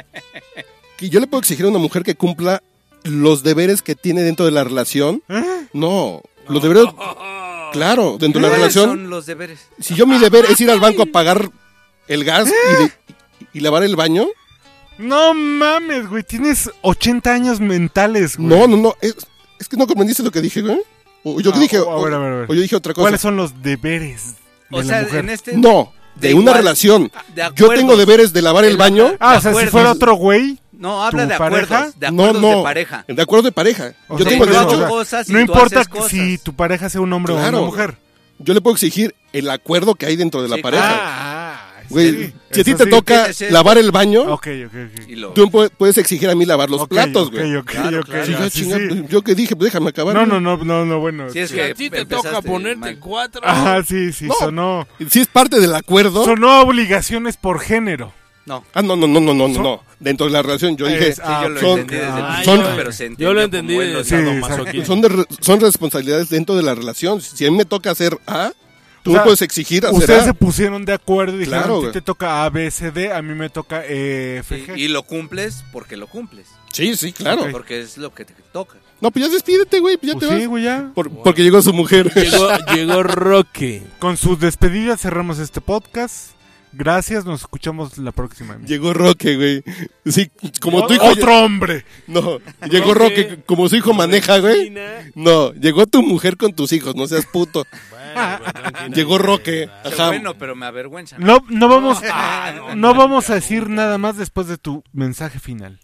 que yo le puedo exigir a una mujer que cumpla los deberes que tiene dentro de la relación. ¿Eh? No, los deberes. Claro, dentro de la ¿Cuáles relación. son los deberes? Si yo mi deber es ir al banco a pagar el gas y, de- y lavar el baño. No mames, güey. Tienes ochenta años mentales, güey. No, no, no. Es, es que no comprendiste lo que dije, güey. O yo Ah, dije. o- a ver, a ver, a ver. O yo dije otra cosa. ¿Cuáles son los deberes de O la sea, mujer? en este. No, de, de una igual- relación. de Yo acuerdos. tengo deberes de lavar el De baño. Ah, de o sea, si acuerdos. fuera otro güey. No, habla ¿Tu de pareja? acuerdos. De No, acuerdos no. de pareja. De acuerdo de pareja. O Yo sea, tengo yo pero derecho. hago no, cosas y no tú importa haces cosas. si tu pareja sea un hombre Claro. o una mujer. Yo le puedo exigir el acuerdo que hay dentro de la Sí, pareja. Ah, Güey, sí. si a ti Eso te sí. toca Tienes eso. lavar el baño, Ok, ok, ok. Y lo- tú me puedes- puedes exigir a mí lavar los Ok, platos, ok, güey. ok, Claro, ok, claro. Sí, ah, ya, sí, chinga, sí. pues, yo que dije, pues déjame acabar. No, güey. no, no, no, no, bueno. Si es Si que a ti te empezaste toca ponerte mal. cuatro. Ah, sí, sí, No. sonó. Si es parte del acuerdo. Sonó obligaciones por género. No. Ah, no, no, no, no, no, no, Son- no. Dentro de la relación, yo dije, Es- Sí, ah, yo lo son- entendí desde el ah, principio, son- pero se entendió Yo lo entendí como él de lo Sí, dijo. sadomasoquismo. son, de re- son responsabilidades dentro de la relación. Si a mí me toca hacer A, tú O sea, me puedes exigir hacer Ustedes A. se pusieron de acuerdo y dijeron, Claro, a ti güey. te toca A, B, C, D, a mí me toca E, F, G. Y, y lo cumples porque lo cumples. Sí, sí, claro. Ok. Porque es lo que te toca. No, pues ya despídete, güey, pues ya Pues te sí, vas. güey, ya. Por- porque llegó su mujer. Llegó, llegó Roque. Con sus despedidas cerramos este podcast. Gracias, nos escuchamos la próxima. Llegó Roque, güey. Sí, como O- tu hijo. Otro hombre. No, llegó Roque, como su hijo maneja, güey. No, llegó tu mujer con tus hijos, no seas puto. Llegó Roque. Qué Ajá. bueno, pero me avergüenza. No, no vamos, no vamos a decir nada más después de tu mensaje final.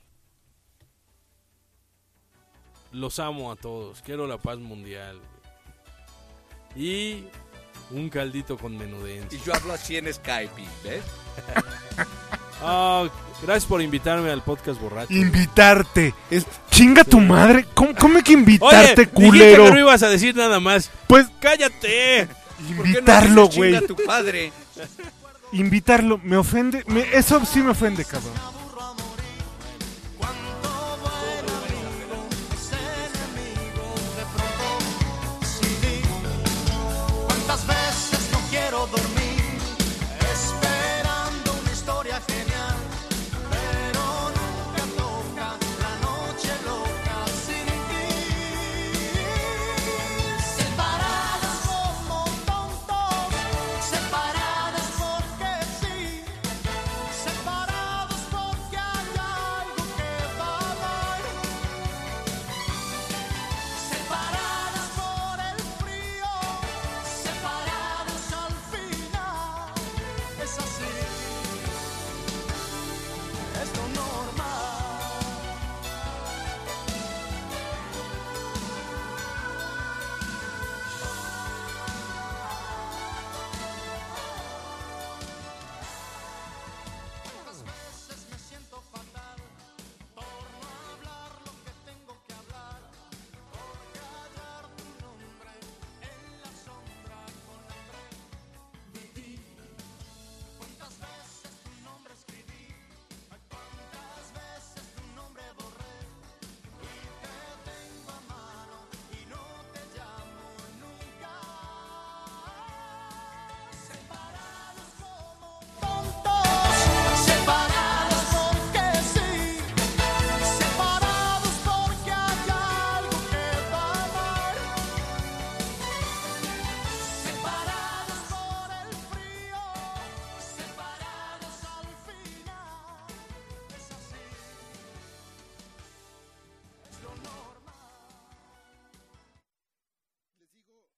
Los amo a todos. Quiero la paz mundial. Y un caldito con menudencia. Y yo hablo así en Skype, ¿ves? Ah, gracias por invitarme al podcast borracho. Invitarte. Es- Chinga tu madre. ¿Cómo, cómo hay que Oye, invitarte, dijiste culero? que no ibas a decir nada más. Pues ¡Cállate! ¿Por qué no invitarlo, dices güey. chinga tu padre? Invitarlo. Me ofende. Me- eso sí me ofende, cabrón.